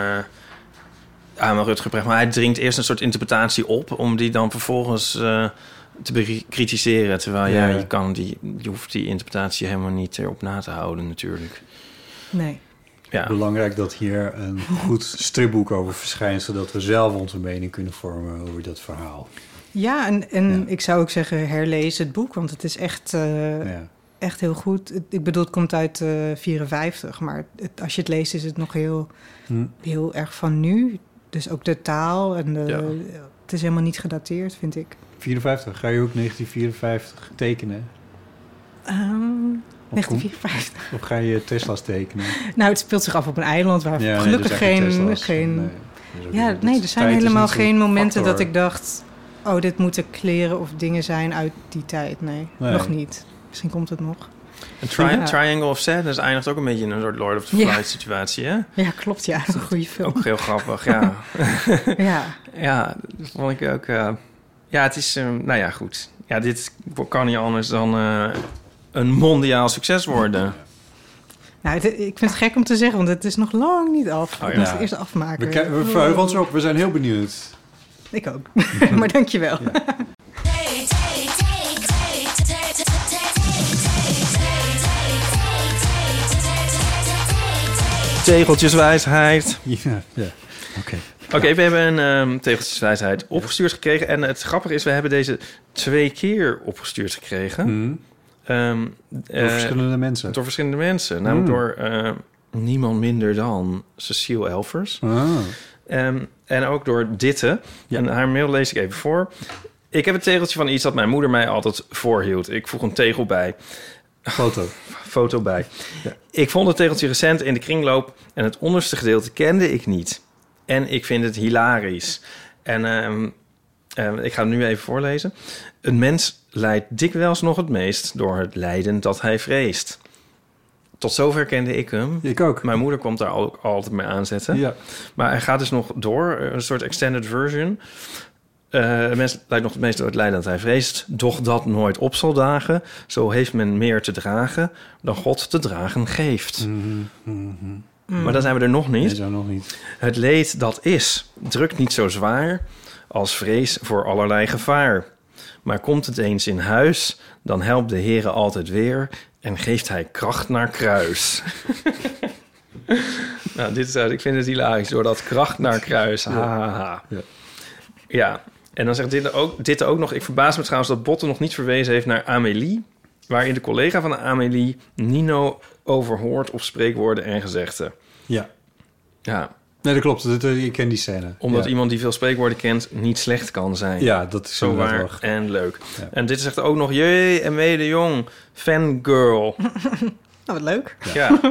aan Rutger Bregman. Hij dringt eerst een soort interpretatie op, om die dan vervolgens te bekritiseren. Terwijl je hoeft die interpretatie helemaal niet erop na te houden, natuurlijk. Nee. Ja. Belangrijk dat hier een goed stripboek over verschijnt, zodat we zelf onze mening kunnen vormen over dat verhaal. Ja, en ik zou ook zeggen, herlees het boek, want het is echt heel goed. Ik bedoel, het komt uit 54, maar als je het leest is het nog heel erg van nu. Dus ook de taal en het is helemaal niet gedateerd, vind ik. 54, ga je ook 1954 tekenen? 1954. Of ga je Tesla's tekenen? Nou, het speelt zich af op een eiland waar gelukkig geen... er zijn helemaal geen momenten dat ik dacht, oh, dit moeten kleren of dingen zijn uit die tijd. Nee, nog niet. Misschien komt het nog. Triangle of Sadness eindigt ook een beetje in een soort Lord of the Flies situatie, hè? Ja, klopt, ja. Dat is een goede film. Ook heel grappig, ja. Ja. Ja, dat vond ik ook... het is... nou ja, goed. Ja, dit kan niet anders dan een mondiaal succes worden. Nou, ik vind het gek om te zeggen, want het is nog lang niet af. Ik moet het eerst afmaken. We verheugen ons op. We zijn heel benieuwd. Ik ook. Maar dankjewel. Ja. Tegeltjeswijsheid. Ja. Oké, we hebben een tegeltjeswijsheid opgestuurd gekregen. En het grappige is, we hebben deze 2 keer opgestuurd gekregen. Door verschillende mensen. Door verschillende mensen. Namelijk door niemand minder dan Cecile Elvers. En ook door Ditte. Ja. En haar mail lees ik even voor. Ik heb het tegeltje van iets dat mijn moeder mij altijd voorhield. Ik voeg een tegel bij. Foto bij. Ja. Ik vond het tegeltje recent in de kringloop en het onderste gedeelte kende ik niet. En ik vind het hilarisch. En ik ga het nu even voorlezen. Een mens lijdt dikwijls nog het meest door het lijden dat hij vreest. Tot zover kende ik hem. Ik ook. Mijn moeder komt daar ook altijd mee aanzetten. Ja. Maar hij gaat dus nog door, een soort extended version. De mens lijdt nog het meest door het lijden dat hij vreest, doch dat nooit op zal dagen. Zo heeft men meer te dragen dan God te dragen geeft. Maar dan zijn we er nog niet. Nee, zo nog niet. Het leed dat is, drukt niet zo zwaar als vrees voor allerlei gevaar. Maar komt het eens in huis, dan helpt de Heere altijd weer en geeft hij kracht naar kruis. Nou, ik vind het hilarisch, door dat kracht naar kruis. Ja. En dan zegt dit ook nog... Ik verbaas me trouwens dat Botte nog niet verwezen heeft naar Amélie, waarin de collega van Amélie Nino overhoort op spreekwoorden en gezegden. Ja. Ja. Nee, dat klopt. Ik ken die scène. Omdat iemand die veel spreekwoorden kent niet slecht kan zijn. Ja, dat is zo waar en leuk. Ja. En dit zegt ook nog... Jee, en de Jong, fangirl. Wat leuk. Ja.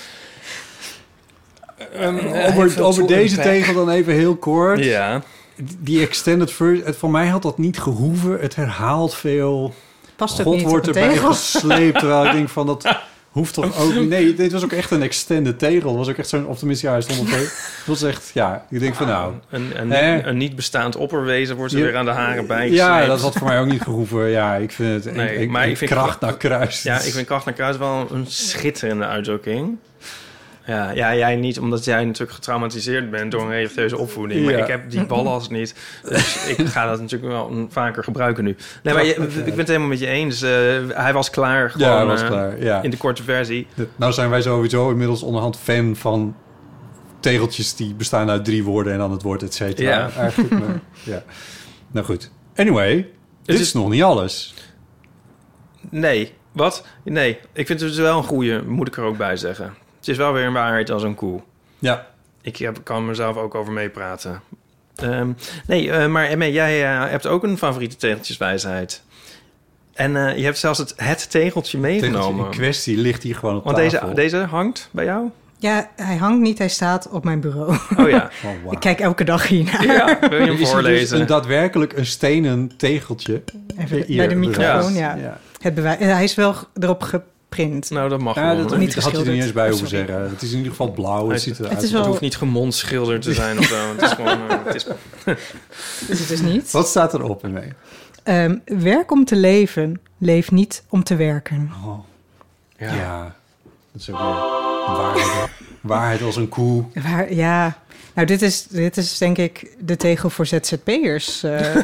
Over deze tegel dan even heel kort. Ja. Die extended version... Voor mij had dat niet gehoeven. Het herhaalt veel. Past ook God niet wordt erbij gesleept. Terwijl ik denk van dat... Hoeft toch ook niet... Nee, dit was ook echt een extended tegel. Het was ook echt zo'n... Of tenminste, hij stond op... Het was echt... Ja, ik denk van nou... Een niet bestaand opperwezen wordt er weer aan de haren bij gesleept. Ja, dat had voor mij ook niet gehoeven. Ja, ik vind het... ik vind kracht naar kruis. Ja, ik vind kracht naar kruis wel een schitterende uitdrukking. Ja, jij niet, omdat jij natuurlijk getraumatiseerd bent door een religieuze opvoeding. Maar ik heb die ballast niet. Dus ik ga dat natuurlijk wel vaker gebruiken nu. Nee, maar ik ben het helemaal met je eens. Hij was klaar gewoon hij was klaar, in de korte versie. Nou zijn wij sowieso inmiddels onderhand fan van tegeltjes die bestaan uit 3 woorden en dan het woord et cetera. Ja. Eigenlijk, maar, ja. Nou goed. Anyway, dit is nog niet alles. Nee. Wat? Nee, ik vind het wel een goeie, moet ik er ook bij zeggen. Het is wel weer een waarheid als een koe. Ja. Ik kan mezelf ook over meepraten. Maar Emme, jij hebt ook een favoriete tegeltjeswijsheid. En je hebt zelfs het tegeltje meegenomen. Tegeltje in kwestie ligt hier gewoon op tafel. Want deze hangt bij jou? Ja, hij hangt niet, hij staat op mijn bureau. Oh ja. Oh, wow. Ik kijk elke dag hiernaar. Ja, wil je hem voorlezen? Dus daadwerkelijk een stenen tegeltje. Even bij de microfoon, ja. Het hij is wel erop geprint. Nou, dat mag wel. Dat niet had je er niet eens bij hoeven zeggen. Het is in ieder geval blauw. Het hoeft niet gemonschilderd te zijn of zo. Het is gewoon... Is het dus niet? Wat staat erop ermee? Werk om te leven. Leef niet om te werken. Oh. Ja. Dat is ook weer waarheid als een koe. Ja. Nou, dit is denk ik de tegel voor ZZP'ers.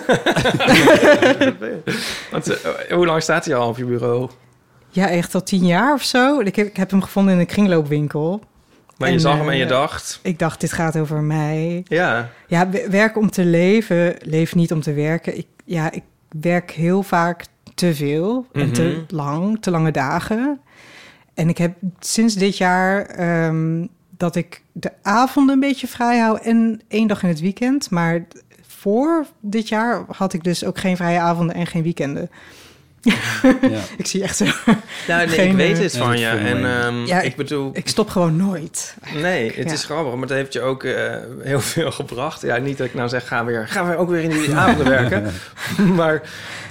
Hoe lang staat hij al op je bureau? Ja, echt al 10 jaar of zo. Ik heb hem gevonden in een kringloopwinkel. Maar je zag hem en je dacht... Ik dacht, dit gaat over mij. Ja. Ja, werk om te leven. Leef niet om te werken. Ik werk heel vaak te veel. En te lange dagen. En ik heb sinds dit jaar... dat ik de avonden een beetje vrij hou en 1 dag in het weekend. Maar voor dit jaar had ik dus ook geen vrije avonden en geen weekenden. Ja. Ik zie echt zo... Nou, nee, ik weet het van je. En ik bedoel... Ik stop gewoon nooit. Nee, het is grappig, maar het heeft je ook heel veel gebracht. Ja, niet dat ik nou zeg, gaan we ook weer in die avonden werken. Maar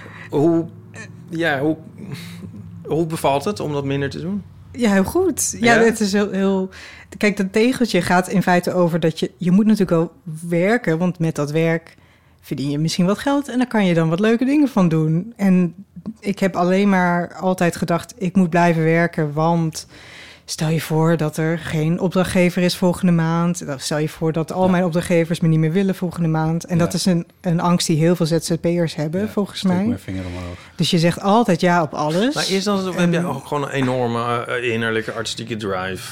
hoe bevalt het om dat minder te doen? Ja, heel goed. Ja, het is heel... Kijk, dat tegeltje gaat in feite over dat je moet natuurlijk wel werken, want met dat werk verdien je misschien wat geld en daar kan je dan wat leuke dingen van doen. En ik heb alleen maar altijd gedacht, ik moet blijven werken, want stel je voor dat er geen opdrachtgever is volgende maand. Stel je voor dat al mijn opdrachtgevers me niet meer willen volgende maand. En dat is een angst die heel veel ZZP'ers hebben, volgens mij. Mijn vinger omhoog. Dus je zegt altijd ja op alles. Maar is dat, heb je ook gewoon een enorme innerlijke artistieke drive?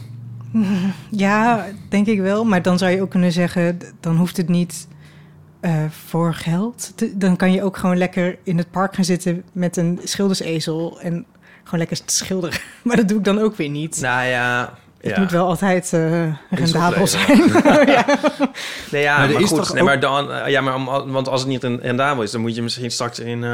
Ja, denk ik wel. Maar dan zou je ook kunnen zeggen, dan hoeft het niet voor geld. Dan kan je ook gewoon lekker in het park gaan zitten met een schildersezel en gewoon lekker schilderen. Maar dat doe ik dan ook weer niet. Nou ja... Het moet wel altijd rendabel zijn. Nee, ja, maar goed. Ook... Nee, maar dan, want als het niet rendabel is, dan moet je misschien straks in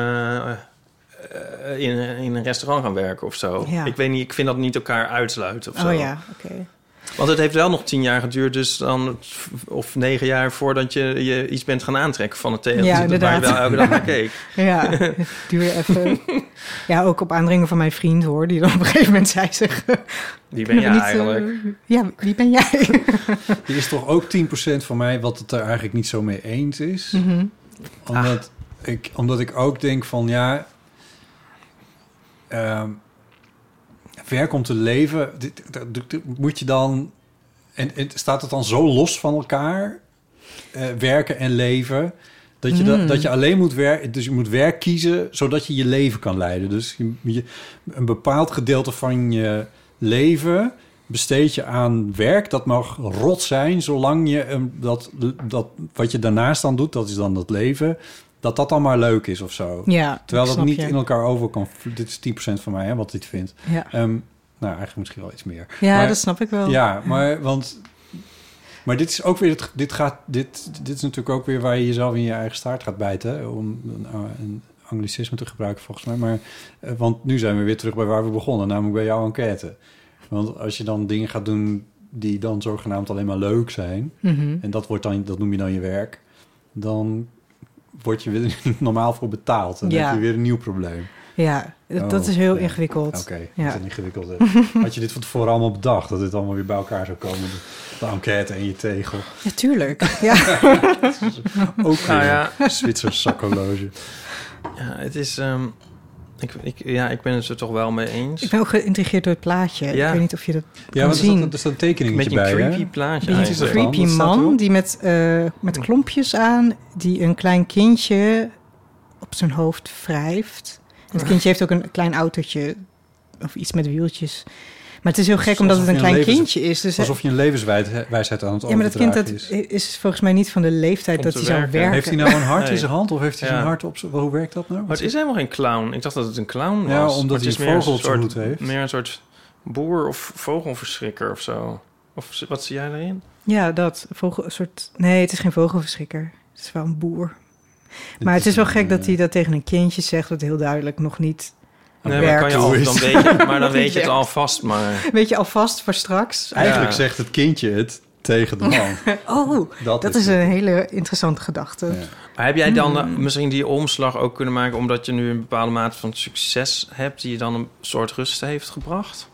een restaurant gaan werken of zo. Ja. Ik weet niet, ik vind dat niet elkaar uitsluiten of zo. Oh ja, oké. Want het heeft wel nog 10 jaar geduurd, dus dan, of 9 jaar voordat je iets bent gaan aantrekken van het tegeltje. Ja, inderdaad. Waar je wel elke dag naar keek. Ja, duur even. Ja, ook op aandringen van mijn vriend hoor, die dan op een gegeven moment zei zich... Wie ben jij eigenlijk? Wie ben jij? Er is toch ook 10% van mij wat het er eigenlijk niet zo mee eens is. Mm-hmm. Omdat ik ook denk van werk om te leven, moet je dan... En staat het dan zo los van elkaar, werken en leven, dat je alleen moet werken... Dus je moet werk kiezen, zodat je je leven kan leiden. Dus een bepaald gedeelte van je leven besteed je aan werk. Dat mag rot zijn, zolang je dat wat je daarnaast dan doet, dat is dan dat leven... dat dan maar leuk is of zo. Ja, terwijl dat niet in elkaar over kan. Dit is 10% van mij, hè, wat dit vindt. Ja. Nou, eigenlijk misschien wel iets meer. Ja, maar, dat snap ik wel. Ja, maar want Maar dit is ook weer... Dit is natuurlijk ook weer waar je jezelf in je eigen staart gaat bijten. Hè, om een anglicisme te gebruiken volgens mij. Maar, want nu zijn we weer terug bij waar we begonnen. Namelijk bij jouw enquête. Want als je dan dingen gaat doen die dan zogenaamd alleen maar leuk zijn... en dat noem je dan je werk... dan word je weer normaal voor betaald. En dan heb je weer een nieuw probleem. Ja, dat is heel ingewikkeld. Oké, ja. Dat is ingewikkeld. Had je dit van tevoren allemaal bedacht? Dat dit allemaal weer bij elkaar zou komen? De enquête en je tegel. Ja, tuurlijk. Ja. Ook weer een Zwitsers zakhorloge. Ja, het is... ik ben het er toch wel mee eens. Ik ben ook geïntrigeerd door het plaatje. Ja. Ik weet niet of je dat kan zien. Er staat een tekeningetje bij, een creepy plaatje. Het is een creepy man die met klompjes aan... die een klein kindje op zijn hoofd wrijft. Het kindje heeft ook een klein autootje of iets met wieltjes. Maar het is heel gek omdat het een klein kindje is. Dus alsof je een levenswijsheid aan het overdragen is. Ja, maar dat kind is volgens mij niet van de leeftijd dat hij zou werken. Heeft hij nou een hart in zijn hand of heeft hij zijn hart op zijn... Hoe werkt dat nou? Maar het is helemaal geen clown. Ik dacht dat het een clown was. Ja, omdat hij een vogel op zijn hoed heeft. Meer een soort boer of vogelverschrikker of zo. Of wat zie jij daarin? Ja, dat. Nee, het is geen vogelverschrikker. Het is wel een boer. Maar het is wel gek dat hij dat tegen een kindje zegt... wat heel duidelijk nog niet werkt. Maar dan weet je het alvast. Maar... Weet je alvast voor straks? Eigenlijk zegt het kindje het tegen de man. Dat is een hele interessante gedachte. Ja. Maar heb jij dan misschien die omslag ook kunnen maken... omdat je nu een bepaalde mate van succes hebt... die je dan een soort rust heeft gebracht?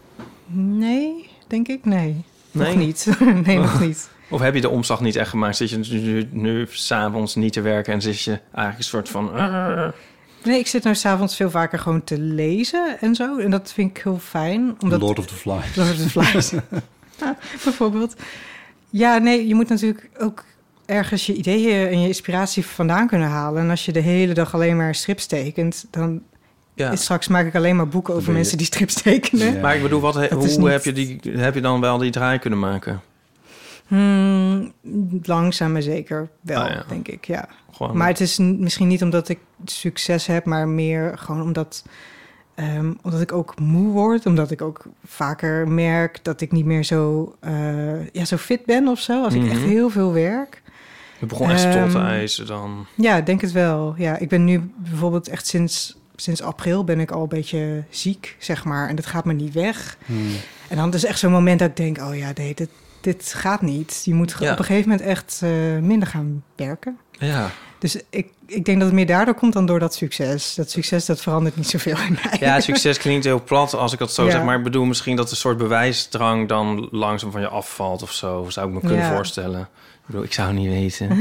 Nee, denk ik. Nee. Nog niet. Nee, nog niet. Of heb je de omslag niet echt gemaakt? Zit je nu 's avonds niet te werken en zit je eigenlijk een soort van... Nee, ik zit nou 's avonds veel vaker gewoon te lezen en zo. En dat vind ik heel fijn. Omdat... Lord of the Flies. Lord of the Flies. Bijvoorbeeld. Ja, nee, je moet natuurlijk ook ergens je ideeën en je inspiratie vandaan kunnen halen. En als je de hele dag alleen maar strips tekent, dan... Ja. Straks maak ik alleen maar boeken over mensen die strips tekenen. Ja. Maar ik bedoel, hoe heb je dan wel die draai kunnen maken? Langzaam maar zeker wel, denk ik, ja. Gewoon. Maar het is misschien niet omdat ik succes heb... maar meer gewoon omdat ik ook moe word. Omdat ik ook vaker merk dat ik niet meer zo fit ben of zo. Als ik echt heel veel werk. Je begon echt stot te eisen dan? Ja, ik denk het wel. Ja, ik ben nu bijvoorbeeld echt sinds april ben ik al een beetje ziek, zeg maar. En dat gaat me niet weg. En dan is echt zo'n moment dat ik denk... oh ja, nee, dit gaat niet. Je moet op een gegeven moment echt minder gaan werken. Ja. Dus ik denk dat het meer daardoor komt dan door dat succes. Dat succes, dat verandert niet zoveel in mij. Ja, succes klinkt heel plat als ik dat zo zeg. Maar ik bedoel misschien dat een soort bewijsdrang... dan langzaam van je afvalt of zo. Zou ik me kunnen voorstellen. Ik bedoel, ik zou het niet weten.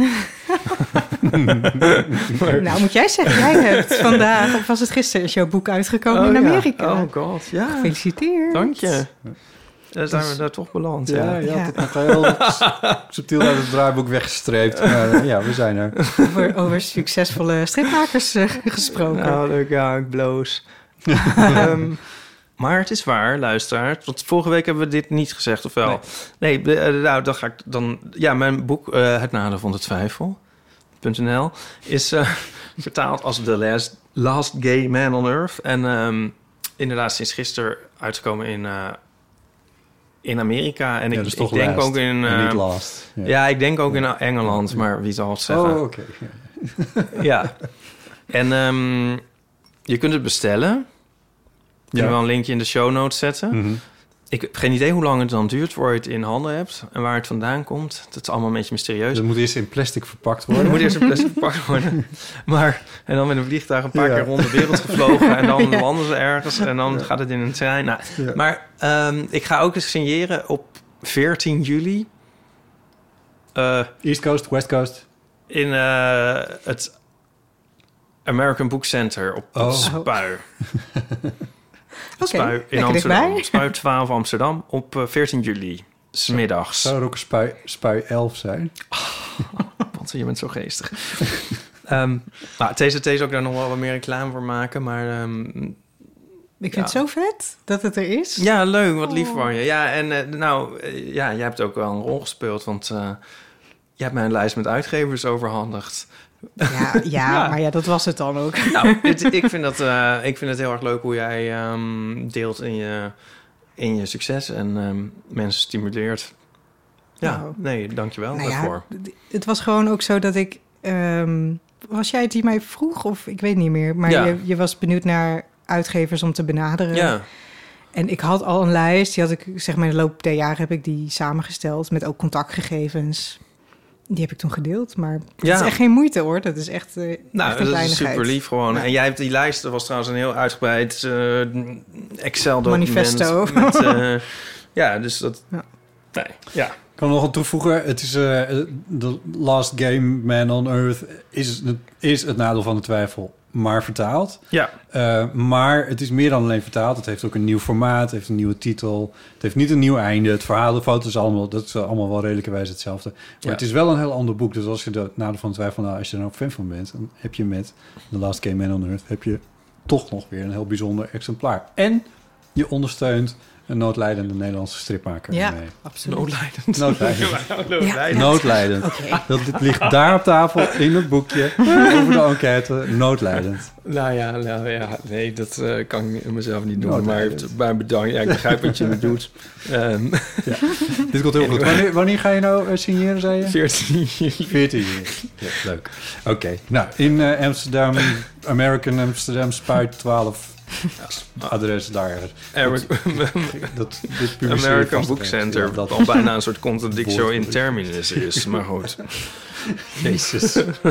Nou, moet jij zeggen, jij hebt vandaag... of was het gisteren, is jouw boek uitgekomen in Amerika. Oh god, ja. Gefeliciteerd. Dank je. Daar zijn we daar toch beland. Ja, het nog heel subtiel uit het draaiboek weggestreept. Maar we zijn er. Over succesvolle stripmakers gesproken. Nou, leuk, ja, ik bloos. Maar het is waar, luisteraar. Want vorige week hebben we dit niet gezegd, of wel? Nee, nou, dan ga ik dan... Ja, mijn boek, Het Nadeel van de Twijfel.nl... is vertaald als The Last Gay Man on Earth. En inderdaad sinds gisteren uitgekomen in Amerika. En ik denk ook in... niet last. Ja, ik denk ook in Engeland, maar wie zal het zeggen? Oh, oké. Ja. En je kunt het bestellen. Ik kan wel een linkje in de show notes zetten. Ik heb geen idee hoe lang het dan duurt voor je het in handen hebt en waar het vandaan komt. Dat is allemaal een beetje mysterieus. Dus het moet eerst in plastic verpakt worden. Maar, en dan met een vliegtuig een paar keer rond de wereld gevlogen. En dan landen ze ergens en dan gaat het in een trein. Nou, maar ik ga ook eens signeren op 14 juli. East Coast, West Coast? In het American Book Center op Spui. Spui in Amsterdam. Spui 12 Amsterdam op 14 juli. 's middags. Zou er ook een spui 11 zijn? Want je bent zo geestig. TZT is ook daar nog wel wat meer reclame voor maken, maar... ik vind het zo vet dat het er is. Ja, leuk. Wat lief van je. Ja, en jij hebt ook wel een rol gespeeld, want je hebt mij een lijst met uitgevers overhandigd. Ja, maar dat was het dan ook. Nou, ik vind het heel erg leuk hoe jij deelt in je succes en mensen stimuleert Ja, Nou. nee, dankjewel Nou daarvoor. ja, het was gewoon ook zo dat ik... was jij het die mij vroeg? Of ik weet niet meer. Maar Ja. je was benieuwd naar uitgevers om te benaderen. Ja, En ik had al een lijst. Die had ik, zeg maar, in de loop der jaren heb ik die samengesteld. Met ook contactgegevens. Die heb ik toen gedeeld. Maar het Ja. is echt geen moeite, hoor. Dat is echt, echt nou, een dat is kleinigheid. super lief gewoon. Ja. En jij hebt die lijst, dat was trouwens een heel uitgebreid Excel-document. Manifesto. Met, ja, dus dat... Ja. Nee, ja. Ik kan nog aan toevoegen, het is The Last Game Man on Earth is het nadeel van de twijfel, maar vertaald. Ja. Maar het is meer dan alleen vertaald. Het heeft ook een nieuw formaat, het heeft een nieuwe titel. Het heeft niet een nieuw einde. Het verhaal, de foto's, dat is allemaal wel redelijkerwijs hetzelfde. Maar Ja. het is wel een heel ander boek. Dus als je de nadeel van de twijfel, nou, als je er ook fan van bent, dan heb je met The Last Game Man on Earth heb je toch nog weer een heel bijzonder exemplaar. En je ondersteunt een noodlijdende Nederlandse stripmaker. Ja, ermee. absoluut. Noodlijdend. Noodlijdend. Noodlijdend. Noodlijdend. Dat ligt daar op tafel in het boekje over de enquête. Noodlijdend. Nou ja, nee, dat kan ik mezelf niet doen. Noodlijdend. Maar bedankt. Ja, ik begrijp wat je me doet. Ja. Dit komt heel goed. Wanneer ga je nou signeren, zei je? 14 14 jaar. Ja, leuk. Oké. Nou, in Amsterdam, American Amsterdam Spuit 12. Adres daar ergens. Dit publiceer je American vast Book ergens. Center, Ja, dat al bijna een soort contradictio in terminus is. Maar goed. Jezus.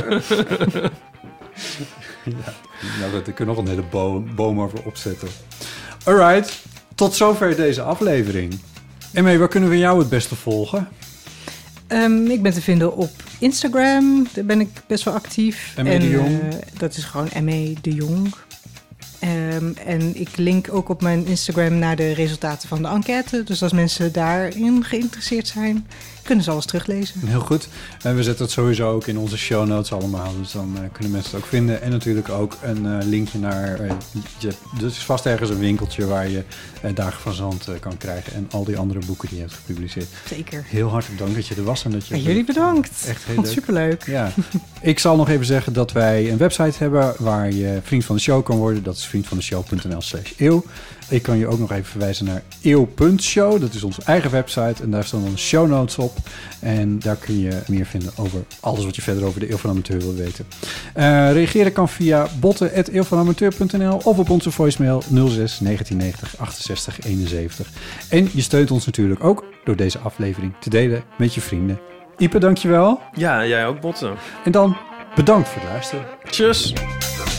Ja, nou, daar kun je nog een hele boom over opzetten. Alright, tot zover deze aflevering. Emme, waar kunnen we jou het beste volgen? Ik ben te vinden op Instagram. Daar ben ik best wel actief. Emme de Jong. Dat is gewoon Emme de Jong. En ik link ook op mijn Instagram naar de resultaten van de enquête. Dus als mensen daarin geïnteresseerd zijn, kunnen ze alles teruglezen. Heel goed. En we zetten het sowieso ook in onze show notes allemaal. Dus dan kunnen mensen het ook vinden. En natuurlijk ook een linkje naar... er is vast ergens een winkeltje waar je Dagen van Zand kan krijgen. En al die andere boeken die je hebt gepubliceerd. Zeker. Heel hartelijk dank dat je er was. En dat je Ja, jullie bedankt. Echt heel Vond leuk. het superleuk. Ja. Ik zal nog even zeggen dat wij een website hebben waar je vriend van de show kan worden. Dat is vriendvandeshow.nl/eeuw. Ik kan je ook nog even verwijzen naar eeuw.show. Dat is onze eigen website en daar staan dan show notes op. En daar kun je meer vinden over alles wat je verder over de Eeuw van Amateur wil weten. Reageren kan via botten@eeuwvanamateur.nl of op onze voicemail 06 1990 68 71. En je steunt ons natuurlijk ook door deze aflevering te delen met je vrienden. Ipe, dankjewel. Ja, jij ook, Botten. En dan bedankt voor het luisteren. Tjus.